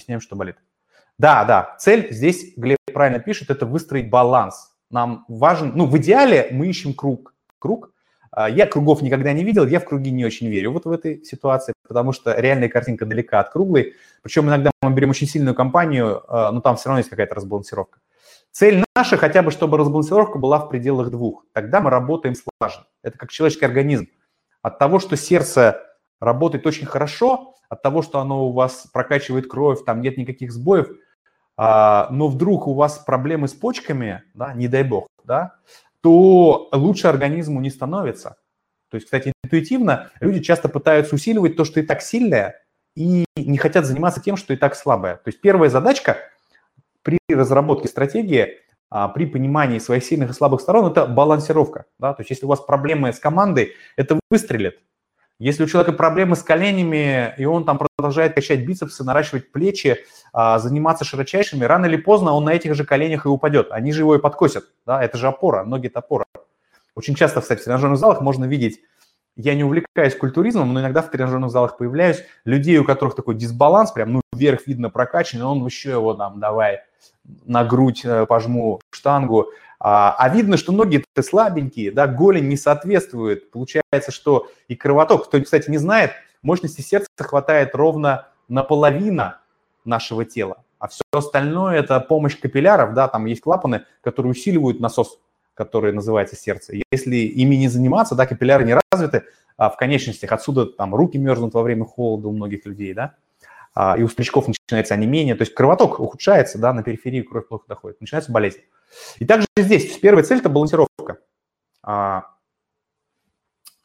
Да, цель здесь, Глеб правильно пишет, это выстроить баланс. Нам важен, ну, в идеале мы ищем круг. Я кругов никогда не видел, я в круги не очень верю вот в этой ситуации, потому что реальная картинка далека от круглой. Причем иногда мы берем очень сильную компанию, но там все равно есть какая-то разбалансировка. Цель наша хотя бы, чтобы разбалансировка была в пределах 2. Тогда мы работаем слаженно. Это как человеческий организм. От того, что сердце работает очень хорошо, от того, что оно у вас прокачивает кровь, там нет никаких сбоев, но вдруг у вас проблемы с почками, да, не дай бог, да, то лучше организму не становится. То есть, кстати, интуитивно люди часто пытаются усиливать то, что и так сильное, и не хотят заниматься тем, что и так слабое. То есть первая задачка при разработке стратегии, при понимании своих сильных и слабых сторон – это балансировка. Да? То есть если у вас проблемы с командой, это выстрелит. Если у человека проблемы с коленями, и он там продолжает качать бицепсы, наращивать плечи, заниматься широчайшими, рано или поздно он на этих же коленях и упадет. Они же его и подкосят. Да? Это же опора, ноги – это опора. Очень часто, кстати, в тренажерных залах можно видеть, я не увлекаюсь культуризмом, но иногда в тренажерных залах появляюсь, людей, у которых такой дисбаланс, прям, ну, вверх видно прокачанный, он еще его там, давай, на грудь пожму штангу, а видно, что ноги-то слабенькие, да, голень не соответствует. Получается, что и кровоток, кто, кстати, не знает, мощности сердца хватает ровно наполовину нашего тела, а все остальное – это помощь капилляров, да, там есть клапаны, которые усиливают насос, который называется сердце. Если ими не заниматься, да, капилляры не развиты в конечностях, отсюда там руки мерзнут во время холода у многих людей, да, и у старичков начинается онемение, то есть кровоток ухудшается, да, на периферию кровь плохо доходит, начинается болезнь. И также здесь, то есть первая цель – это балансировка.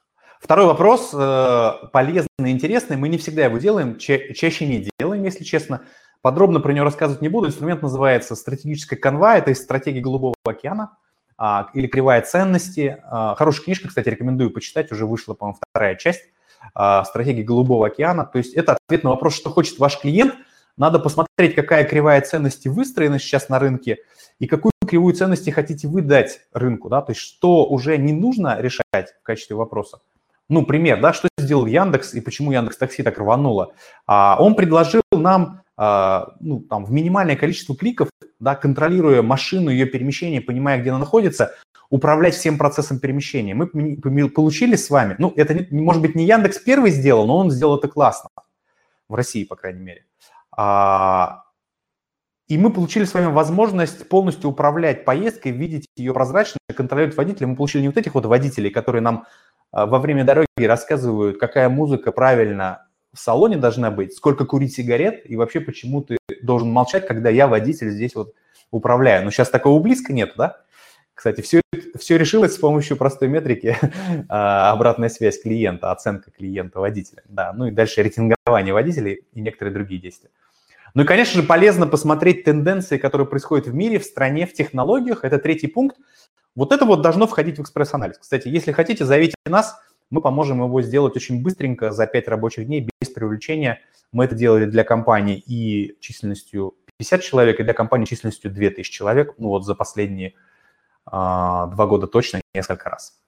Второй вопрос, полезный и интересный. Мы не всегда его делаем, чаще не делаем, если честно. Подробно про него рассказывать не буду. Инструмент называется стратегическая канва. Это из стратегии Голубого океана или кривая ценности. Хорошая книжка, кстати, рекомендую почитать. Уже вышла, по-моему, вторая часть стратегии Голубого океана. То есть это ответ на вопрос, что хочет ваш клиент. Надо посмотреть, какая кривая ценности выстроена сейчас на рынке и какую кривую ценности хотите вы дать рынку. Да? То есть что уже не нужно решать в качестве вопроса. Ну, пример, да, что сделал Яндекс и почему Яндекс.Такси так рвануло. Он предложил нам ну, там, в минимальное количество кликов, да, контролируя машину, ее перемещение, понимая, где она находится, управлять всем процессом перемещения. Мы получили с вами, ну, это, может быть, не Яндекс первый сделал, но он сделал это классно, в России, по крайней мере. И мы получили с вами возможность полностью управлять поездкой, видеть ее прозрачно, контролировать водителя. Мы получили не вот этих вот водителей, которые нам во время дороги рассказывают, какая музыка правильно в салоне должна быть, сколько курить сигарет и вообще почему ты должен молчать, когда я, водитель, здесь вот управляю. Но сейчас такого близко нет, да? Кстати, все решилось с помощью простой метрики обратная связь клиента, оценка клиента водителя. Да, ну и дальше рейтингование водителей и некоторые другие действия. Ну и, конечно же, полезно посмотреть тенденции, которые происходят в мире, в стране, в технологиях. Это третий пункт. Вот это вот должно входить в экспресс-анализ. Кстати, если хотите, зовите нас, мы поможем его сделать очень быстренько, за 5 рабочих дней, без привлечения. Мы это делали для компании и численностью 50 человек, и для компании численностью 2000 человек. Ну вот за последние 2 года точно несколько раз.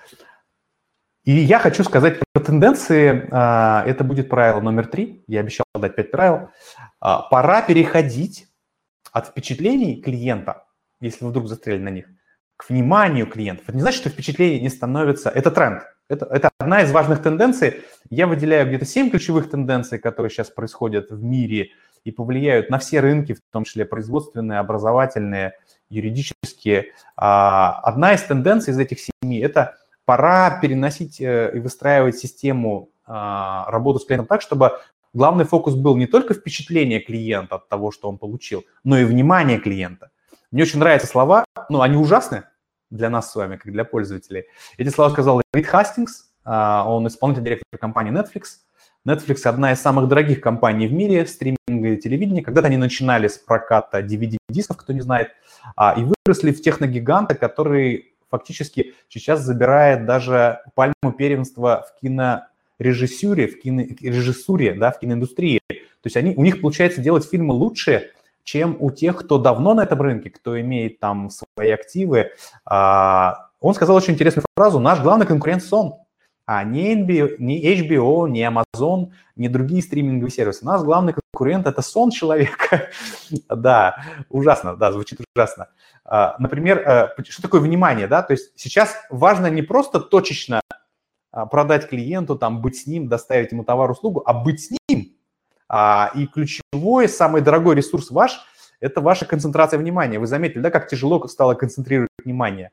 И я хочу сказать про тенденции. Это будет правило номер 3. Я обещал дать 5 правил. Пора переходить от впечатлений клиента, если вы вдруг застряли на них, к вниманию клиентов. Это не значит, что впечатление не становится... Это тренд. Это одна из важных тенденций. Я выделяю где-то 7 ключевых тенденций, которые сейчас происходят в мире и повлияют на все рынки, в том числе производственные, образовательные, юридические. Одна из тенденций из этих 7 – это пора переносить и выстраивать систему работы с клиентом так, чтобы главный фокус был не только впечатление клиента от того, что он получил, но и внимание клиента. Мне очень нравятся слова, ну, они ужасны для нас с вами, как для пользователей. Эти слова сказал Рид Хастингс, он исполнительный директор компании Netflix. Netflix – одна из самых дорогих компаний в мире, стриминга и телевидения. Когда-то они начинали с проката DVD-дисков, кто не знает, и выросли в техногиганта, который фактически сейчас забирает даже пальму первенства в кинорежиссуре, да, в киноиндустрии. То есть у них получается делать фильмы лучше, чем у тех, кто давно на этом рынке, кто имеет там свои активы. Он сказал очень интересную фразу: наш главный конкурент сон, не HBO, не Amazon, не другие стриминговые сервисы. Наш главный конкурент – это сон человека. Да, ужасно, да, звучит ужасно. Например, что такое внимание, да? То есть сейчас важно не просто точечно продать клиенту, там, быть с ним, доставить ему товар-услугу, а быть с ним. И ключевой, самый дорогой ресурс ваш – это ваша концентрация внимания. Вы заметили, да, как тяжело стало концентрировать внимание?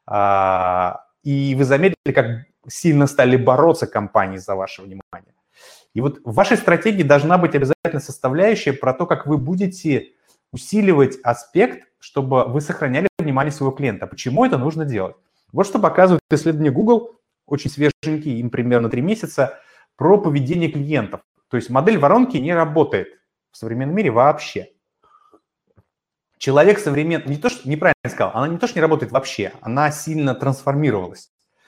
И вы заметили, как сильно стали бороться компании за ваше внимание. И вот в вашей стратегии должна быть обязательно составляющая про то, как вы будете усиливать аспект, чтобы вы сохраняли внимание своего клиента. Почему это нужно делать? Вот что показывает исследование Google, очень свеженький, им примерно 3 месяца, про поведение клиентов. То есть модель воронки не работает в современном мире вообще. Человек современный, не то что, неправильно сказал, она не то что не работает вообще, она сильно трансформировалась.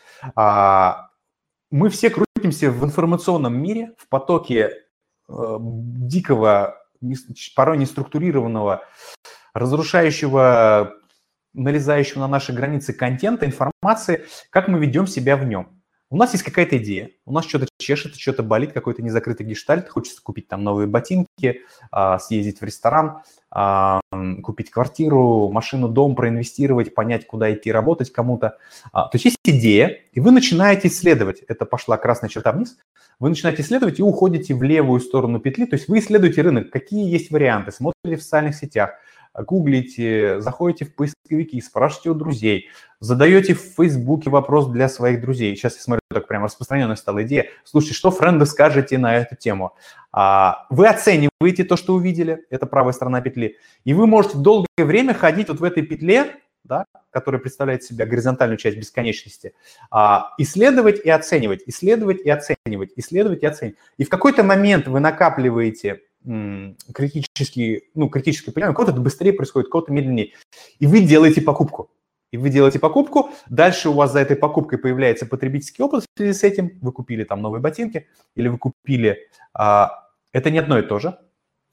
Мы все крутимся в информационном мире, в потоке дикого, порой неструктурированного, разрушающего, налезающего на наши границы контента, информации, как мы ведем себя в нем. У нас есть какая-то идея, у нас что-то чешет, что-то болит, какой-то незакрытый гештальт, хочется купить там новые ботинки, съездить в ресторан, купить квартиру, машину, дом, проинвестировать, понять, куда идти работать кому-то. То есть есть идея, и вы начинаете исследовать. Это пошла красная черта вниз. Вы начинаете исследовать и уходите в левую сторону петли. То есть вы исследуете рынок, какие есть варианты, смотрите в социальных сетях, гуглите, заходите в поисковики, спрашиваете у друзей, задаете в Фейсбуке вопрос для своих друзей. Сейчас я смотрю, так прям распространенная стала идея. Слушайте, что френды скажете на эту тему? Вы оцениваете то, что увидели, это правая сторона петли, и вы можете долгое время ходить вот в этой петле, да, который представляет из себя горизонтальную часть бесконечности, исследовать и оценивать, исследовать и оценивать, исследовать и оценивать. И в какой-то момент вы накапливаете критическое понимание, у кого-то это быстрее происходит, у кого-то медленнее, и вы делаете покупку. Дальше у вас за этой покупкой появляется потребительский опыт в связи с этим, вы купили там новые ботинки, или вы купили... Это не одно и то же.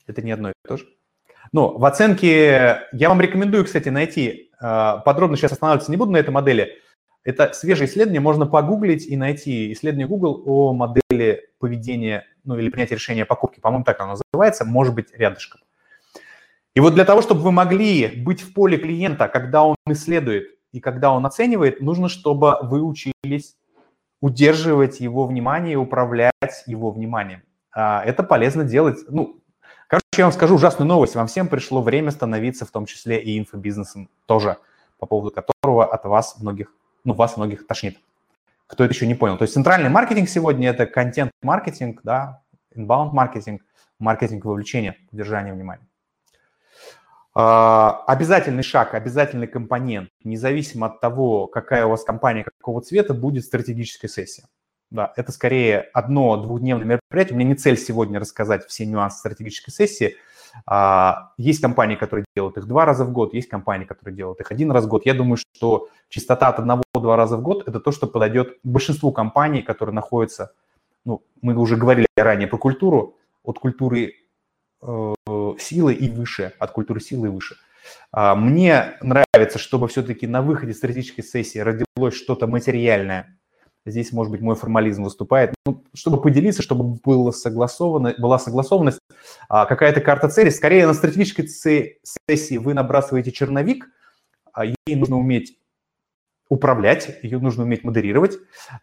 Но в оценке я вам рекомендую, кстати, найти, подробно сейчас останавливаться не буду на этой модели, это свежее исследование, можно погуглить и найти исследование Google о модели поведения, или принятия решения о покупке, по-моему, так оно называется, может быть, рядышком. И вот для того, чтобы вы могли быть в поле клиента, когда он исследует и когда он оценивает, нужно, чтобы вы учились удерживать его внимание и управлять его вниманием. Это полезно делать. Короче, я вам скажу ужасную новость. Вам всем пришло время становиться в том числе и инфобизнесом тоже, по поводу которого вас многих тошнит. Кто это еще не понял. То есть центральный маркетинг сегодня – это контент-маркетинг, да, inbound-маркетинг, маркетинг вовлечения, удержания внимания. Обязательный шаг, обязательный компонент, независимо от того, какая у вас компания, какого цвета, будет стратегическая сессия. Да, это скорее 1-2-дневное мероприятие. У меня не цель сегодня рассказать все нюансы стратегической сессии. Есть компании, которые делают их 2 раза в год, есть компании, которые делают их 1 раз в год. Я думаю, что частота от 1-2 раза в год – это то, что подойдет большинству компаний, которые находятся, мы уже говорили ранее про культуру, от культуры силы и выше, от культуры силы и выше. Мне нравится, чтобы все-таки на выходе стратегической сессии родилось что-то материальное. Здесь, может быть, мой формализм выступает. Чтобы поделиться, чтобы была согласованность, какая-то карта цели. Скорее, на стратегической сессии вы набрасываете черновик, ей нужно уметь управлять, ее нужно уметь модерировать.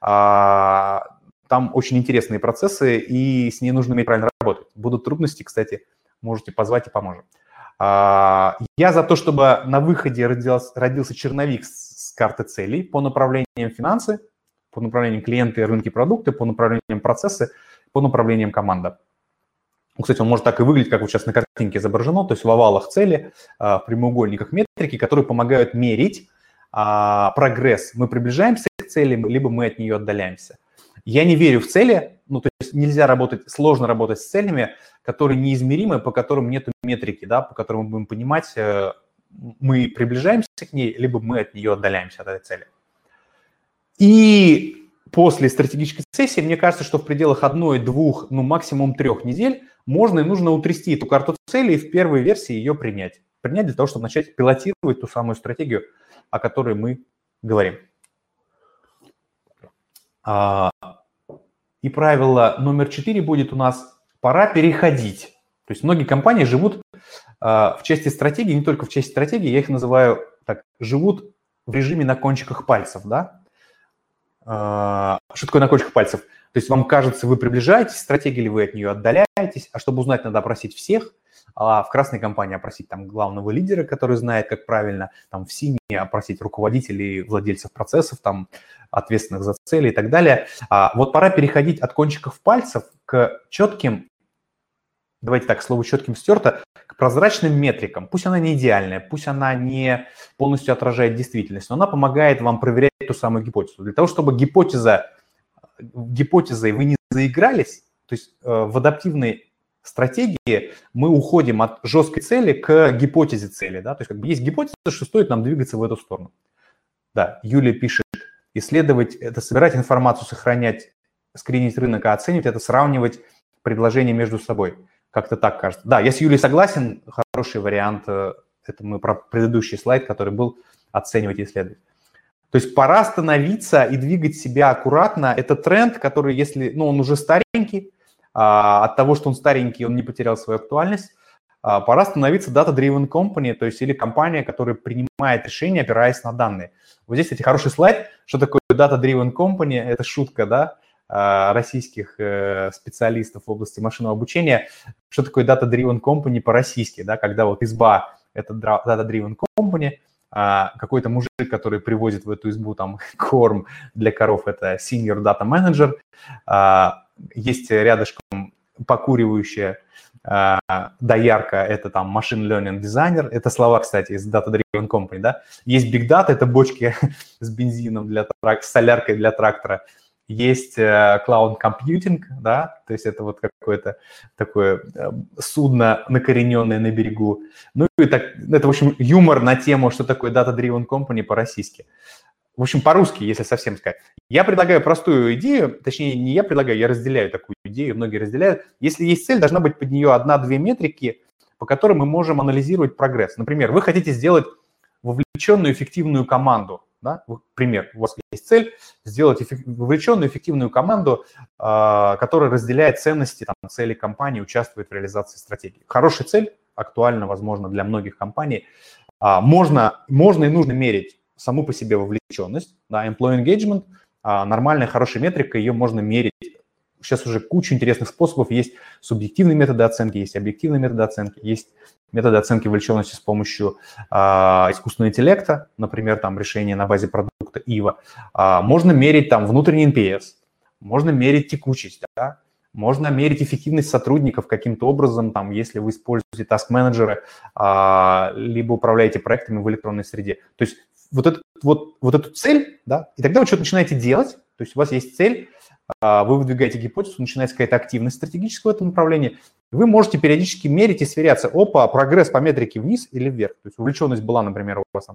Там очень интересные процессы, и с ней нужно уметь правильно работать. Будут трудности, кстати, можете позвать и поможем. Я за то, чтобы на выходе родился черновик с карты целей по направлениям финансы, по направлениям клиенты, рынки, продукты, по направлениям процессы, по направлениям команда. Кстати, он может так и выглядеть, как вот сейчас на картинке изображено, то есть в овалах цели, в прямоугольниках метрики, которые помогают мерить прогресс. Мы приближаемся к цели, либо мы от нее отдаляемся. Я не верю в цели, то есть сложно работать с целями, которые неизмеримы, по которым нет метрики, да, по которым мы будем понимать, мы приближаемся к ней, либо мы от нее отдаляемся от этой цели. И после стратегической сессии, мне кажется, что в пределах 1-2, максимум 3 недель можно и нужно утрясти эту карту целей и в первой версии ее принять. Принять для того, чтобы начать пилотировать ту самую стратегию, о которой мы говорим. И правило номер 4 будет у нас «пора переходить». То есть многие компании живут в части стратегии, не только в части стратегии, я их называю так, живут в режиме на кончиках пальцев, да? Что такое на кончиках пальцев? То есть вам кажется, вы приближаетесь к стратегии или вы от нее отдаляетесь, а чтобы узнать, надо опросить всех, а в красной компании опросить там главного лидера, который знает, как правильно, там в синей опросить руководителей, владельцев процессов, там ответственных за цели и так далее. Вот пора переходить от кончиков пальцев к четким, давайте так, слово четким стерто, к прозрачным метрикам. Пусть она не идеальная, пусть она не полностью отражает действительность, но она помогает вам проверять ту самую гипотезу. Для того, чтобы гипотезой вы не заигрались, то есть в адаптивной стратегии мы уходим от жесткой цели к гипотезе цели. Да? То есть есть гипотеза, что стоит нам двигаться в эту сторону. Да, Юлия пишет, исследовать – это собирать информацию, сохранять, скринить рынок, а оценивать – это сравнивать предложения между собой. Как-то так кажется. Да, я с Юлей согласен, хороший вариант, это мы про предыдущий слайд, который был оценивать и исследовать. То есть пора становиться и двигать себя аккуратно. Это тренд, который, если, он уже старенький, от того, что он старенький, он не потерял свою актуальность, пора становиться data-driven company, то есть или компания, которая принимает решения, опираясь на данные. Вот здесь, кстати, хороший слайд, что такое data-driven company, это шутка, да, российских специалистов в области машинного обучения, что такое data-driven company по-российски, да, когда вот изба – это data-driven company, какой-то мужик, который привозит в эту избу там корм для коров, это senior data manager, есть рядышком покуривающая доярка – это там machine learning дизайнер. Это слова, кстати, из Data Driven Company, да. Есть Big Data – это бочки с бензином, с соляркой для трактора. Есть Cloud Computing, да, то есть это вот какое-то такое судно, накорененное на берегу. Ну, и так, это, в общем, юмор на тему, что такое Data Driven Company по-российски. В общем, по-русски, если совсем сказать. Я предлагаю простую идею, точнее, не я предлагаю, я разделяю такую идею, многие разделяют. Если есть цель, должна быть под нее 1-2 метрики, по которым мы можем анализировать прогресс. Например, вы хотите сделать вовлеченную эффективную команду. Да? Пример, у вас есть цель сделать вовлеченную эффективную команду, которая разделяет ценности, там, цели компании, участвует в реализации стратегии. Хорошая цель, актуальна, возможно, для многих компаний. Можно и нужно мерить саму по себе вовлеченность, да, employee engagement, нормальная, хорошая метрика, ее можно мерить. Сейчас уже куча интересных способов. Есть субъективные методы оценки, есть объективные методы оценки, есть методы оценки вовлеченности с помощью искусственного интеллекта, например, там решение на базе продукта IVA. Можно мерить там внутренний NPS, можно мерить текучесть, да? Можно мерить эффективность сотрудников каким-то образом, там, если вы используете task-менеджеры, либо управляете проектами в электронной среде. То есть вот эту цель, да, и тогда вы что-то начинаете делать, то есть у вас есть цель, вы выдвигаете гипотезу, начинается какая-то активность стратегическая в этом направлении, вы можете периодически мерить и сверяться, прогресс по метрике вниз или вверх. То есть увлеченность была, например, у вас там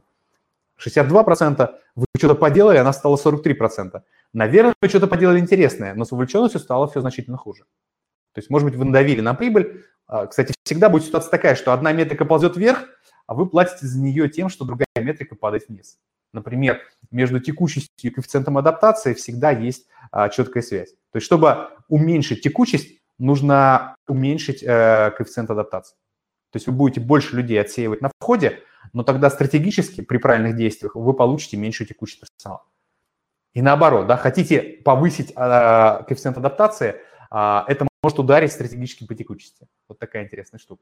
62%, вы что-то поделали, она стала 43%. Наверное, вы что-то поделали интересное, но с увлеченностью стало все значительно хуже. То есть, может быть, вы надавили на прибыль. Кстати, всегда будет ситуация такая, что одна метрика ползет вверх, а вы платите за нее тем, что другая метрика падает вниз. Например, между текучестью и коэффициентом адаптации всегда есть четкая связь. То есть, чтобы уменьшить текучесть, нужно уменьшить коэффициент адаптации. То есть вы будете больше людей отсеивать на входе, но тогда стратегически при правильных действиях вы получите меньшую текучесть персонала. И наоборот, да, хотите повысить коэффициент адаптации, это может ударить стратегически по текучести. Вот такая интересная штука.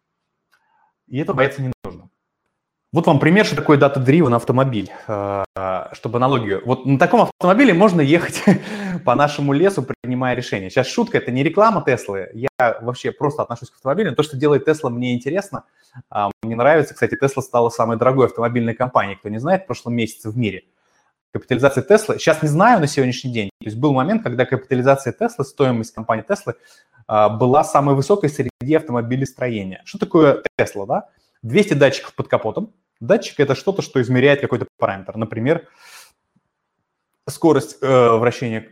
И это бояться не нужно. Вот вам пример, что такое data-driven автомобиль, чтобы аналогию. Вот на таком автомобиле можно ехать по нашему лесу, принимая решения. Сейчас шутка, это не реклама Теслы. Я вообще просто отношусь к автомобилям. То, что делает Тесла, мне интересно. Мне нравится. Кстати, Тесла стала самой дорогой автомобильной компанией. Кто не знает, в прошлом месяце в мире. Капитализация Теслы, сейчас не знаю на сегодняшний день. То есть был момент, когда капитализация Теслы, стоимость компании Теслы была самой высокой среди автомобилестроения. Что такое Тесла, да? 200 датчиков под капотом. Датчик – это что-то, что измеряет какой-то параметр. Например, скорость вращения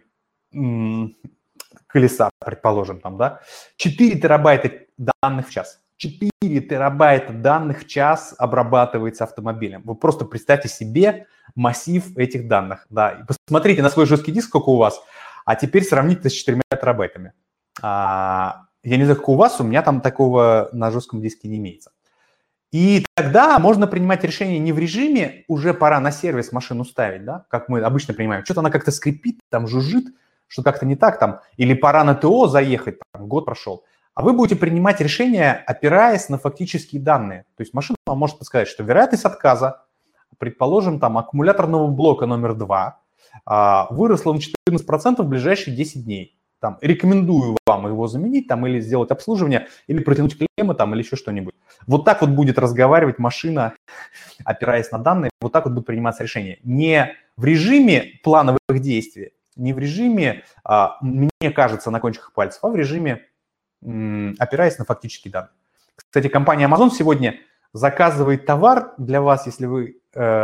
колеса, предположим, там, да? 4 терабайта данных в час. 4 терабайта данных в час обрабатывается автомобилем. Вы просто представьте себе массив этих данных. Да? И посмотрите на свой жесткий диск, сколько у вас, а теперь сравните это с 4 терабайтами. Я не знаю, как у вас, у меня там такого на жестком диске не имеется. И тогда можно принимать решение не в режиме «уже пора на сервис машину ставить», да, как мы обычно принимаем. Что-то она как-то скрипит, там жужжит, что как-то не так там, или пора на ТО заехать, там, год прошел. А вы будете принимать решение, опираясь на фактические данные. То есть машина вам может подсказать, что вероятность отказа, предположим, там, аккумуляторного блока номер 2 выросла на 14% в ближайшие 10 дней. Там, рекомендую вам его заменить, там, или сделать обслуживание, или протянуть клеммы, там, или еще что-нибудь. Вот так вот будет разговаривать машина, опираясь на данные, вот так вот будет приниматься решение. Не в режиме плановых действий, не в режиме, мне кажется, на кончиках пальцев, а в режиме, опираясь на фактические данные. Кстати, компания Amazon сегодня заказывает товар для вас, если вы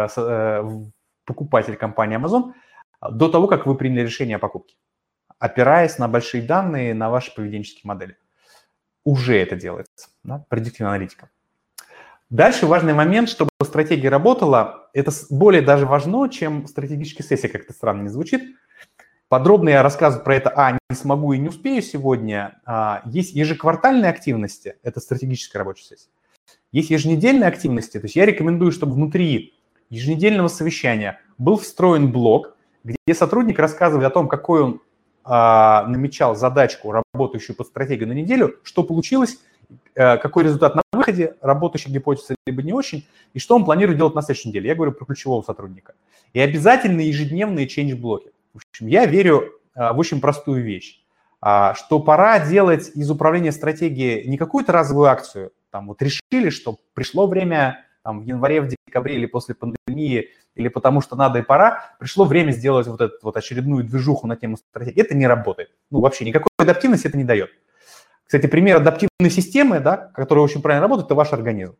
покупатель компании Amazon, до того, как вы приняли решение о покупке, опираясь на большие данные, на ваши поведенческие модели. Уже это делается, да, предиктивная аналитика. Дальше важный момент, чтобы стратегия работала, это более даже важно, чем стратегическая сессия, как-то странно не звучит. Подробно я рассказывать про это, не смогу и не успею сегодня. Есть ежеквартальные активности, это стратегическая рабочая сессия. Есть еженедельные активности, то есть я рекомендую, чтобы внутри еженедельного совещания был встроен блок, где сотрудник рассказывает о том, какой он намечал задачку, работающую под стратегию на неделю, что получилось, какой результат на выходе, работающей гипотезы либо не очень, и что он планирует делать на следующей неделе. Я говорю про ключевого сотрудника. И обязательно ежедневные change-блоки. В общем, я верю в очень простую вещь. что пора делать из управления стратегией не какую-то разовую акцию. Там вот решили, что пришло время там, в январе, в декабре или после пандемии, или потому что надо и пора, пришло время сделать вот эту вот очередную движуху на тему стратегии. Это не работает. Ну, вообще никакой адаптивности это не дает. Кстати, пример адаптивной системы, да, которая очень правильно работает, это ваш организм.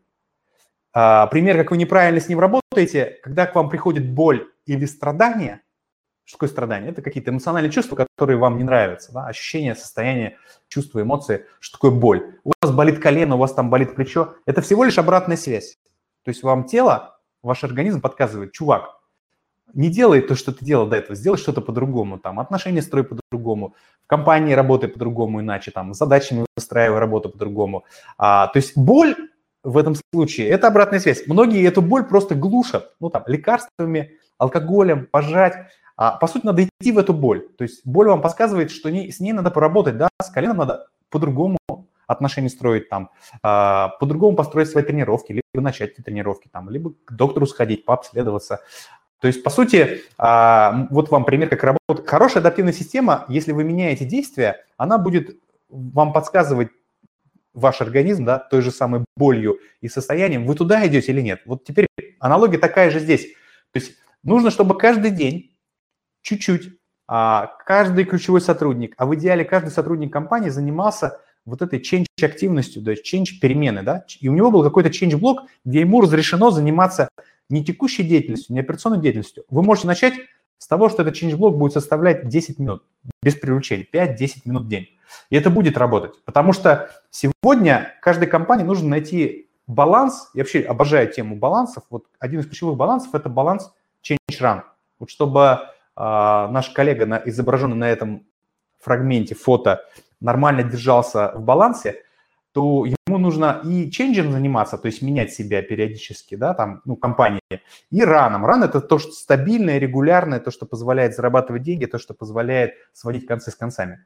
Пример, как вы неправильно с ним работаете, когда к вам приходит боль или страдание. Что такое страдание? Это какие-то эмоциональные чувства, которые вам не нравятся. Да? Ощущения, состояние, чувства, эмоции. Что такое боль? У вас болит колено, у вас там болит плечо. Это всего лишь обратная связь. То есть вам тело, ваш организм подсказывает: чувак, не делай то, что ты делал до этого, сделай что-то по-другому. Там, отношения строй по-другому, в компании работай по-другому, иначе, там, задачами выстраивай работу по-другому. То есть боль в этом случае – это обратная связь. Многие эту боль просто глушат, ну, там, лекарствами, алкоголем, пожать. По сути, надо идти в эту боль. То есть боль вам подсказывает, что с ней надо поработать, да, с коленом надо по-другому отношения строить, там, по-другому построить свои тренировки, либо начать эти тренировки, там, либо к доктору сходить, пообследоваться. То есть, по сути, вот вам пример, как работает. Хорошая адаптивная система, если вы меняете действия, она будет вам подсказывать ваш организм, да, той же самой болью и состоянием, вы туда идете или нет. Вот теперь аналогия такая же здесь. То есть нужно, чтобы каждый день чуть-чуть каждый ключевой сотрудник, а в идеале каждый сотрудник компании занимался вот этой change-активностью, то есть change-перемены, да, и у него был какой-то change-блок, где ему разрешено заниматься не текущей деятельностью, не операционной деятельностью. Вы можете начать с того, что этот change-блок будет составлять 10 минут, без привлечения, 5-10 минут в день. И это будет работать, потому что сегодня каждой компании нужно найти баланс. Я вообще обожаю тему балансов. Вот один из ключевых балансов – это баланс change run. Вот чтобы наш коллега, изображенный на этом фрагменте фото, нормально держался в балансе, то ему нужно и ченджем заниматься, то есть менять себя периодически, да, там, ну, компании, и раном. Ран – это то, что стабильное, регулярное, то, что позволяет зарабатывать деньги, то, что позволяет сводить концы с концами.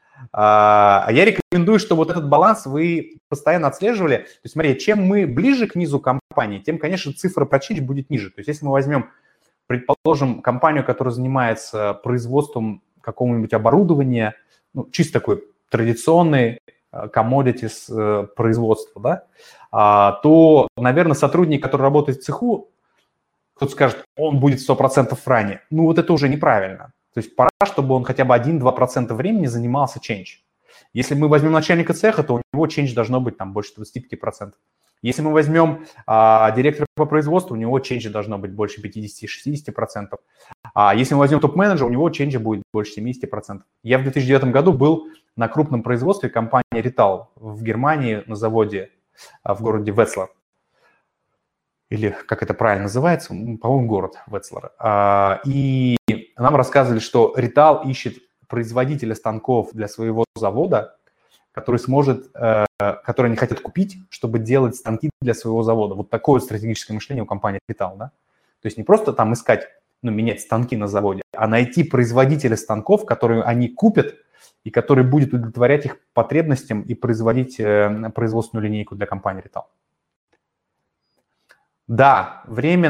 А я рекомендую, чтобы вот этот баланс вы постоянно отслеживали. То есть, смотри, чем мы ближе к низу компании, тем, конечно, цифра про change будет ниже. То есть, если мы возьмем, предположим, компанию, которая занимается производством какого-нибудь оборудования, ну, чисто такой традиционный commodities производства, да, то, наверное, сотрудник, который работает в цеху, кто-то скажет, он будет 100% в ране. Ну, вот это уже неправильно. То есть пора, чтобы он хотя бы 1-2% времени занимался change. Если мы возьмем начальника цеха, то у него change должно быть там больше 25%. Если мы возьмем директора по производству, у него change должно быть больше 50-60%. А если мы возьмем топ-менеджера, у него change будет больше 70%. Я в 2009 году был на крупном производстве компании Риtal в Германии на заводе в городе Ветслер. Или как это правильно называется, по-моему, город Ветслер. И нам рассказывали, что Риtal ищет производителя станков для своего завода, который они хотят купить, чтобы делать станки для своего завода. Вот такое стратегическое мышление у компании Риtal, да? То есть не просто там искать, менять станки на заводе, а найти производителя станков, которые они купят и который будет удовлетворять их потребностям и производить производственную линейку для компании Риtal. Да, время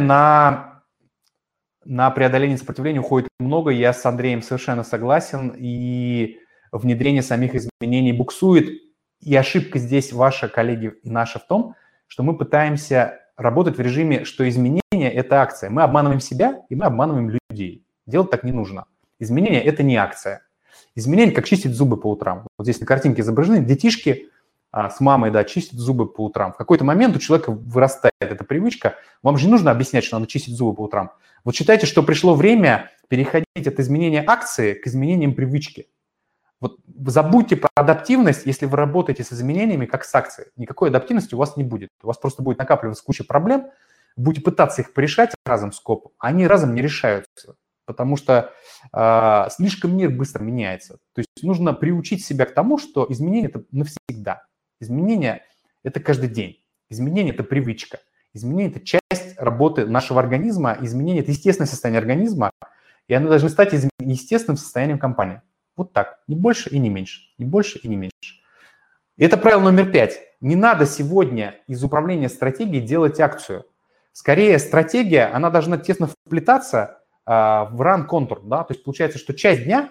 на преодоление сопротивления уходит много, я с Андреем совершенно согласен, и внедрение самих изменений буксует. И ошибка здесь ваша, коллеги, и наша в том, что мы пытаемся работать в режиме, что изменение – это акция. Мы обманываем себя, и мы обманываем людей. Делать так не нужно. Изменение – это не акция. Изменение, как чистить зубы по утрам. Вот здесь на картинке изображены детишки с мамой, да, чистят зубы по утрам. В какой-то момент у человека вырастает эта привычка. Вам же не нужно объяснять, что надо чистить зубы по утрам. Вот считайте, что пришло время переходить от изменения акции к изменениям привычки. Вот забудьте про адаптивность, если вы работаете с изменениями, как с акцией. Никакой адаптивности у вас не будет. У вас просто будет накапливаться куча проблем, будете пытаться их порешать разом скопом, а они разом не решаются, потому что слишком мир быстро меняется. То есть нужно приучить себя к тому, что изменение – это навсегда. Изменение – это каждый день. Изменение – это привычка. Изменение – это часть работы нашего организма. Изменение – это естественное состояние организма, и оно должно стать естественным состоянием компании. Вот так. Не больше и не меньше. Не больше и не меньше. И это правило номер 5. Не надо сегодня из управления стратегией делать акцию. Скорее, стратегия, она должна тесно вплетаться в run-контур. Да? То есть получается, что часть дня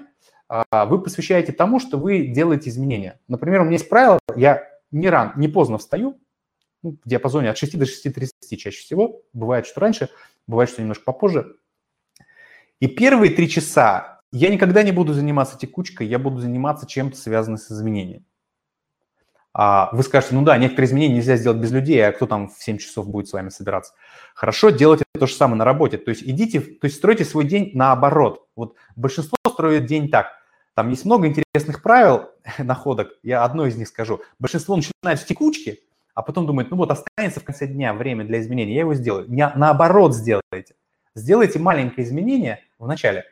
вы посвящаете тому, что вы делаете изменения. Например, у меня есть правило, я не поздно встаю, в диапазоне от 6 до 6:30 чаще всего, бывает, что раньше, бывает, что немножко попозже. И первые 3 часа я никогда не буду заниматься текучкой, я буду заниматься чем-то связанным с изменением. Вы скажете, ну да, некоторые изменения нельзя сделать без людей, а кто там в 7 часов будет с вами собираться? Хорошо, делайте то же самое на работе. То есть стройте свой день наоборот. Вот большинство строит день так. Там есть много интересных правил, находок, я одно из них скажу. Большинство начинает с текучки, а потом думает, ну вот останется в конце дня время для изменений, я его сделаю. Наоборот сделайте. Сделайте маленькое изменение в начале.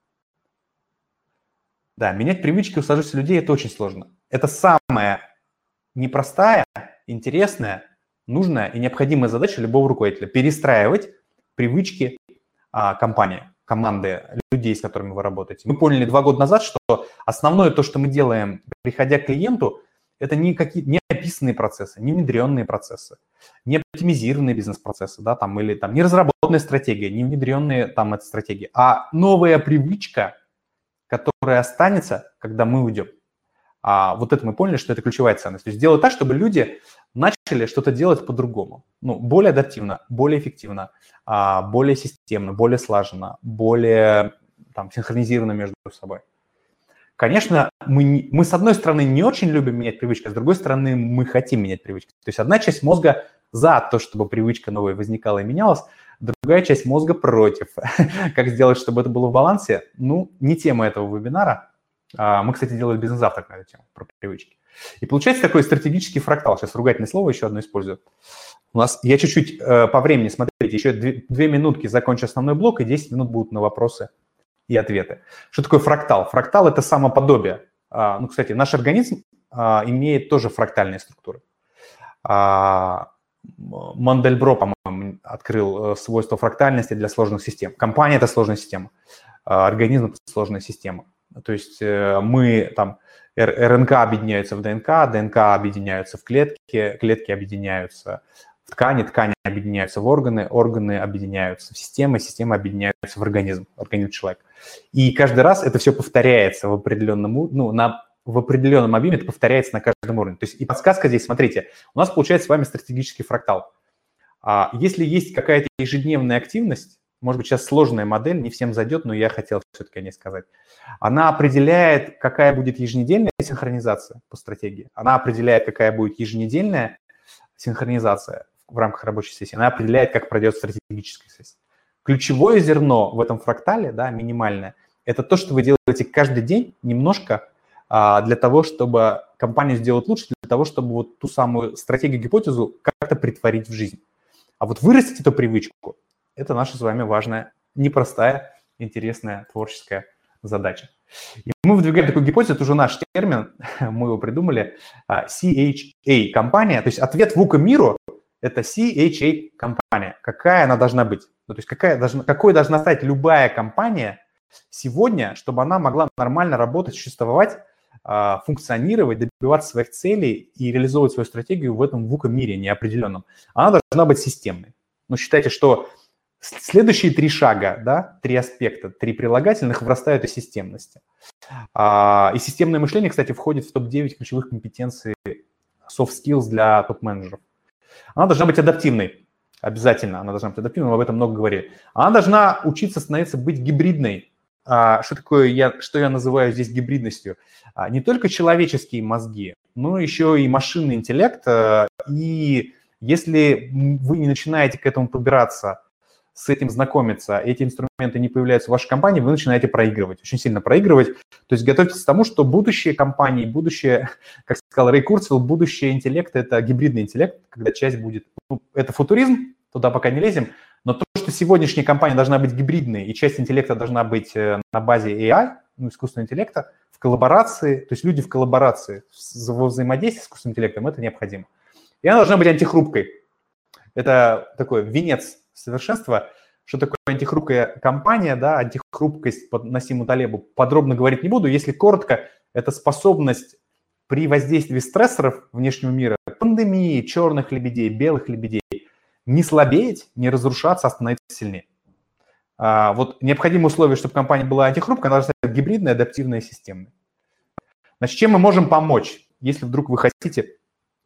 Да, менять привычки у сложившихся людей – это очень сложно. Это самое непростая, интересная, нужная и необходимая задача любого руководителя – перестраивать привычки компании, команды, людей, с которыми вы работаете. Мы поняли 2 года назад, что основное то, что мы делаем, приходя к клиенту, это не описанные процессы, не внедренные процессы, не оптимизированные бизнес-процессы, да, там, или там, не разработанная стратегия, не внедренные там эти стратегии, а новая привычка, которая останется, когда мы уйдем. Вот это мы поняли, что это ключевая ценность. То есть сделать так, чтобы люди начали что-то делать по-другому. Ну, более адаптивно, более эффективно, более системно, более слаженно, более там, синхронизированно между собой. Конечно, мы с одной стороны не очень любим менять привычки, а с другой стороны мы хотим менять привычки. То есть одна часть мозга за то, чтобы привычка новая возникала и менялась, другая часть мозга против. Как сделать, чтобы это было в балансе? Ну, не тема этого вебинара. Мы, кстати, делали бизнес-завтрак на эту тему, про привычки. И получается такой стратегический фрактал. Сейчас ругательное слово еще одно использую. Я чуть-чуть по времени, смотрите, еще 2 минутки закончу основной блок, и 10 минут будут на вопросы и ответы. Что такое фрактал? Фрактал – это самоподобие. Кстати, наш организм имеет тоже фрактальные структуры. Мандельбро, по-моему, открыл свойство фрактальности для сложных систем. Компания – это сложная система. Организм – это сложная система. То есть мы там, РНК объединяются в ДНК, ДНК объединяются в клетки, клетки объединяются в ткани, ткани объединяются в органы, органы объединяются в системы, системы объединяются в организм человека. И каждый раз это все повторяется в определенном, в определенном объеме, это повторяется на каждом уровне. То есть и подсказка здесь, смотрите, у нас получается с вами стратегический фрактал. Если есть какая-то ежедневная активность, может быть, сейчас сложная модель, не всем зайдет, но я хотел все-таки о ней сказать. Она определяет, какая будет еженедельная синхронизация по стратегии. Она определяет, какая будет еженедельная синхронизация в рамках рабочей сессии. Она определяет, как пройдет стратегическая сессия. Ключевое зерно в этом фрактале, да, минимальное, это то, что вы делаете каждый день немножко для того, чтобы компанию сделать лучше, для того, чтобы вот ту самую стратегию, гипотезу как-то притворить в жизнь. А вот вырастить эту привычку – это наша с вами важная, непростая, интересная, творческая задача. И мы выдвигаем такую гипотезу, это уже наш термин, мы его придумали, CHA компания, то есть ответ ВУКа миру – это CHA компания. Какая она должна быть? То есть какой должна стать любая компания сегодня, чтобы она могла нормально работать, существовать, функционировать, добиваться своих целей и реализовывать свою стратегию в этом ВУКа мире неопределенном. Она должна быть системной. Но считайте, что следующие 3 шага, да, 3 аспекта, 3 прилагательных вырастают из системности. И системное мышление, кстати, входит в топ-9 ключевых компетенций soft skills для топ-менеджеров. Она должна быть адаптивной, обязательно она должна быть адаптивной, мы об этом много говорили. Она должна учиться становиться быть гибридной. Что такое что я называю здесь гибридностью? Не только человеческие мозги, но еще и машинный интеллект. И если вы не начинаете к этому подбираться, с этим знакомиться, эти инструменты не появляются в вашей компании, вы начинаете проигрывать, очень сильно проигрывать. То есть готовьтесь к тому, что будущее компании, будущее, как сказал Рэй Курцвелл, будущее интеллекта – это гибридный интеллект, когда часть будет… это футуризм, туда пока не лезем, но то, что сегодняшняя компания должна быть гибридной, и часть интеллекта должна быть на базе AI, искусственного интеллекта, в коллаборации, то есть люди в коллаборации, во взаимодействии с искусственным интеллектом, это необходимо. И она должна быть антихрупкой. Это такой венец совершенства. Что такое антихрупкая компания, да, антихрупкость по Насиму Талебу, подробно говорить не буду. Если коротко, это способность при воздействии стрессоров внешнего мира, пандемии, черных лебедей, белых лебедей, не слабеть, не разрушаться, а становиться сильнее. Вот необходимое условие, чтобы компания была антихрупкой, она должна быть гибридной, адаптивной и системной. Значит, чем мы можем помочь, если вдруг вы хотите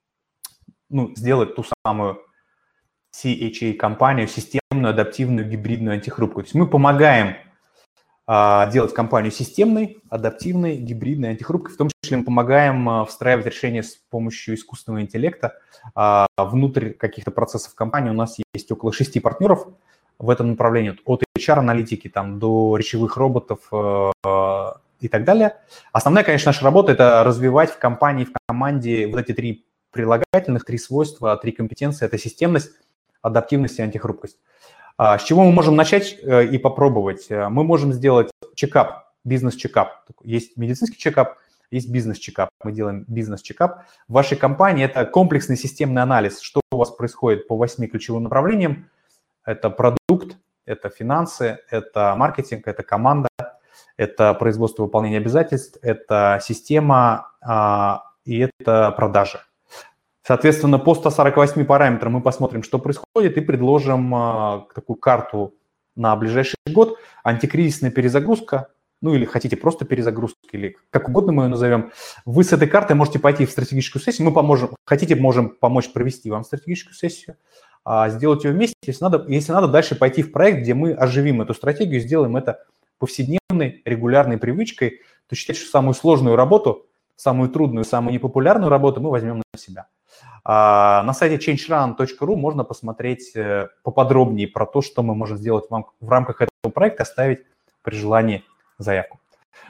сделать ту самую CHA-компанию, системную, адаптивную, гибридную, антихрупкую. То есть мы помогаем делать компанию системной, адаптивной, гибридной, антихрупкой. В том числе мы помогаем встраивать решения с помощью искусственного интеллекта внутрь каких-то процессов компании. У нас есть около 6 партнеров в этом направлении, от HR-аналитики до речевых роботов и так далее. Основная, конечно, наша работа – это развивать в компании, в команде вот эти 3 прилагательных, 3 свойства, 3 компетенции – это системность, адаптивность и антихрупкость. С чего мы можем начать и попробовать? Мы можем сделать чекап, бизнес-чекап. Есть медицинский чекап, есть бизнес-чекап. Мы делаем бизнес-чекап. В вашей компании это комплексный системный анализ, что у вас происходит по 8 ключевым направлениям. Это продукт, это финансы, это маркетинг, это команда, это производство выполнения обязательств, это система и это продажи. Соответственно, по 148 параметрам мы посмотрим, что происходит, и предложим такую карту на ближайший год. Антикризисная перезагрузка, или хотите просто перезагрузка, или как угодно мы ее назовем. Вы с этой картой можете пойти в стратегическую сессию. Мы можем помочь провести вам стратегическую сессию, сделать ее вместе. Если надо, дальше пойти в проект, где мы оживим эту стратегию, сделаем это повседневной, регулярной привычкой. То есть считайте, что самую сложную работу, самую трудную, самую непопулярную работу мы возьмем на себя. На сайте changerun.ru можно посмотреть поподробнее про то, что мы можем сделать в рамках этого проекта, оставить при желании заявку.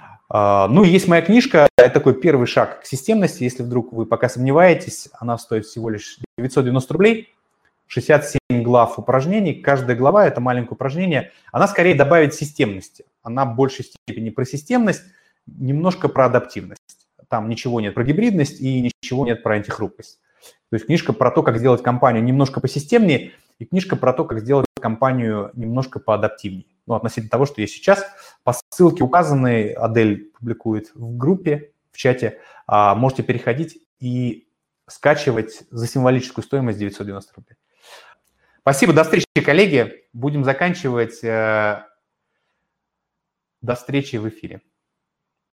И есть моя книжка, это такой первый шаг к системности. Если вдруг вы пока сомневаетесь, она стоит всего лишь 990 рублей, 67 глав упражнений. Каждая глава – это маленькое упражнение. Она скорее добавит системности. Она в большей степени про системность, немножко про адаптивность. Там ничего нет про гибридность и ничего нет про антихрупкость. То есть книжка про то, как сделать компанию немножко посистемнее, и книжка про то, как сделать компанию немножко поадаптивнее. Относительно того, что есть сейчас. По ссылке указанной, Адель публикует в группе, в чате, можете переходить и скачивать за символическую стоимость 990 рублей. Спасибо, до встречи, коллеги. Будем заканчивать. До встречи в эфире.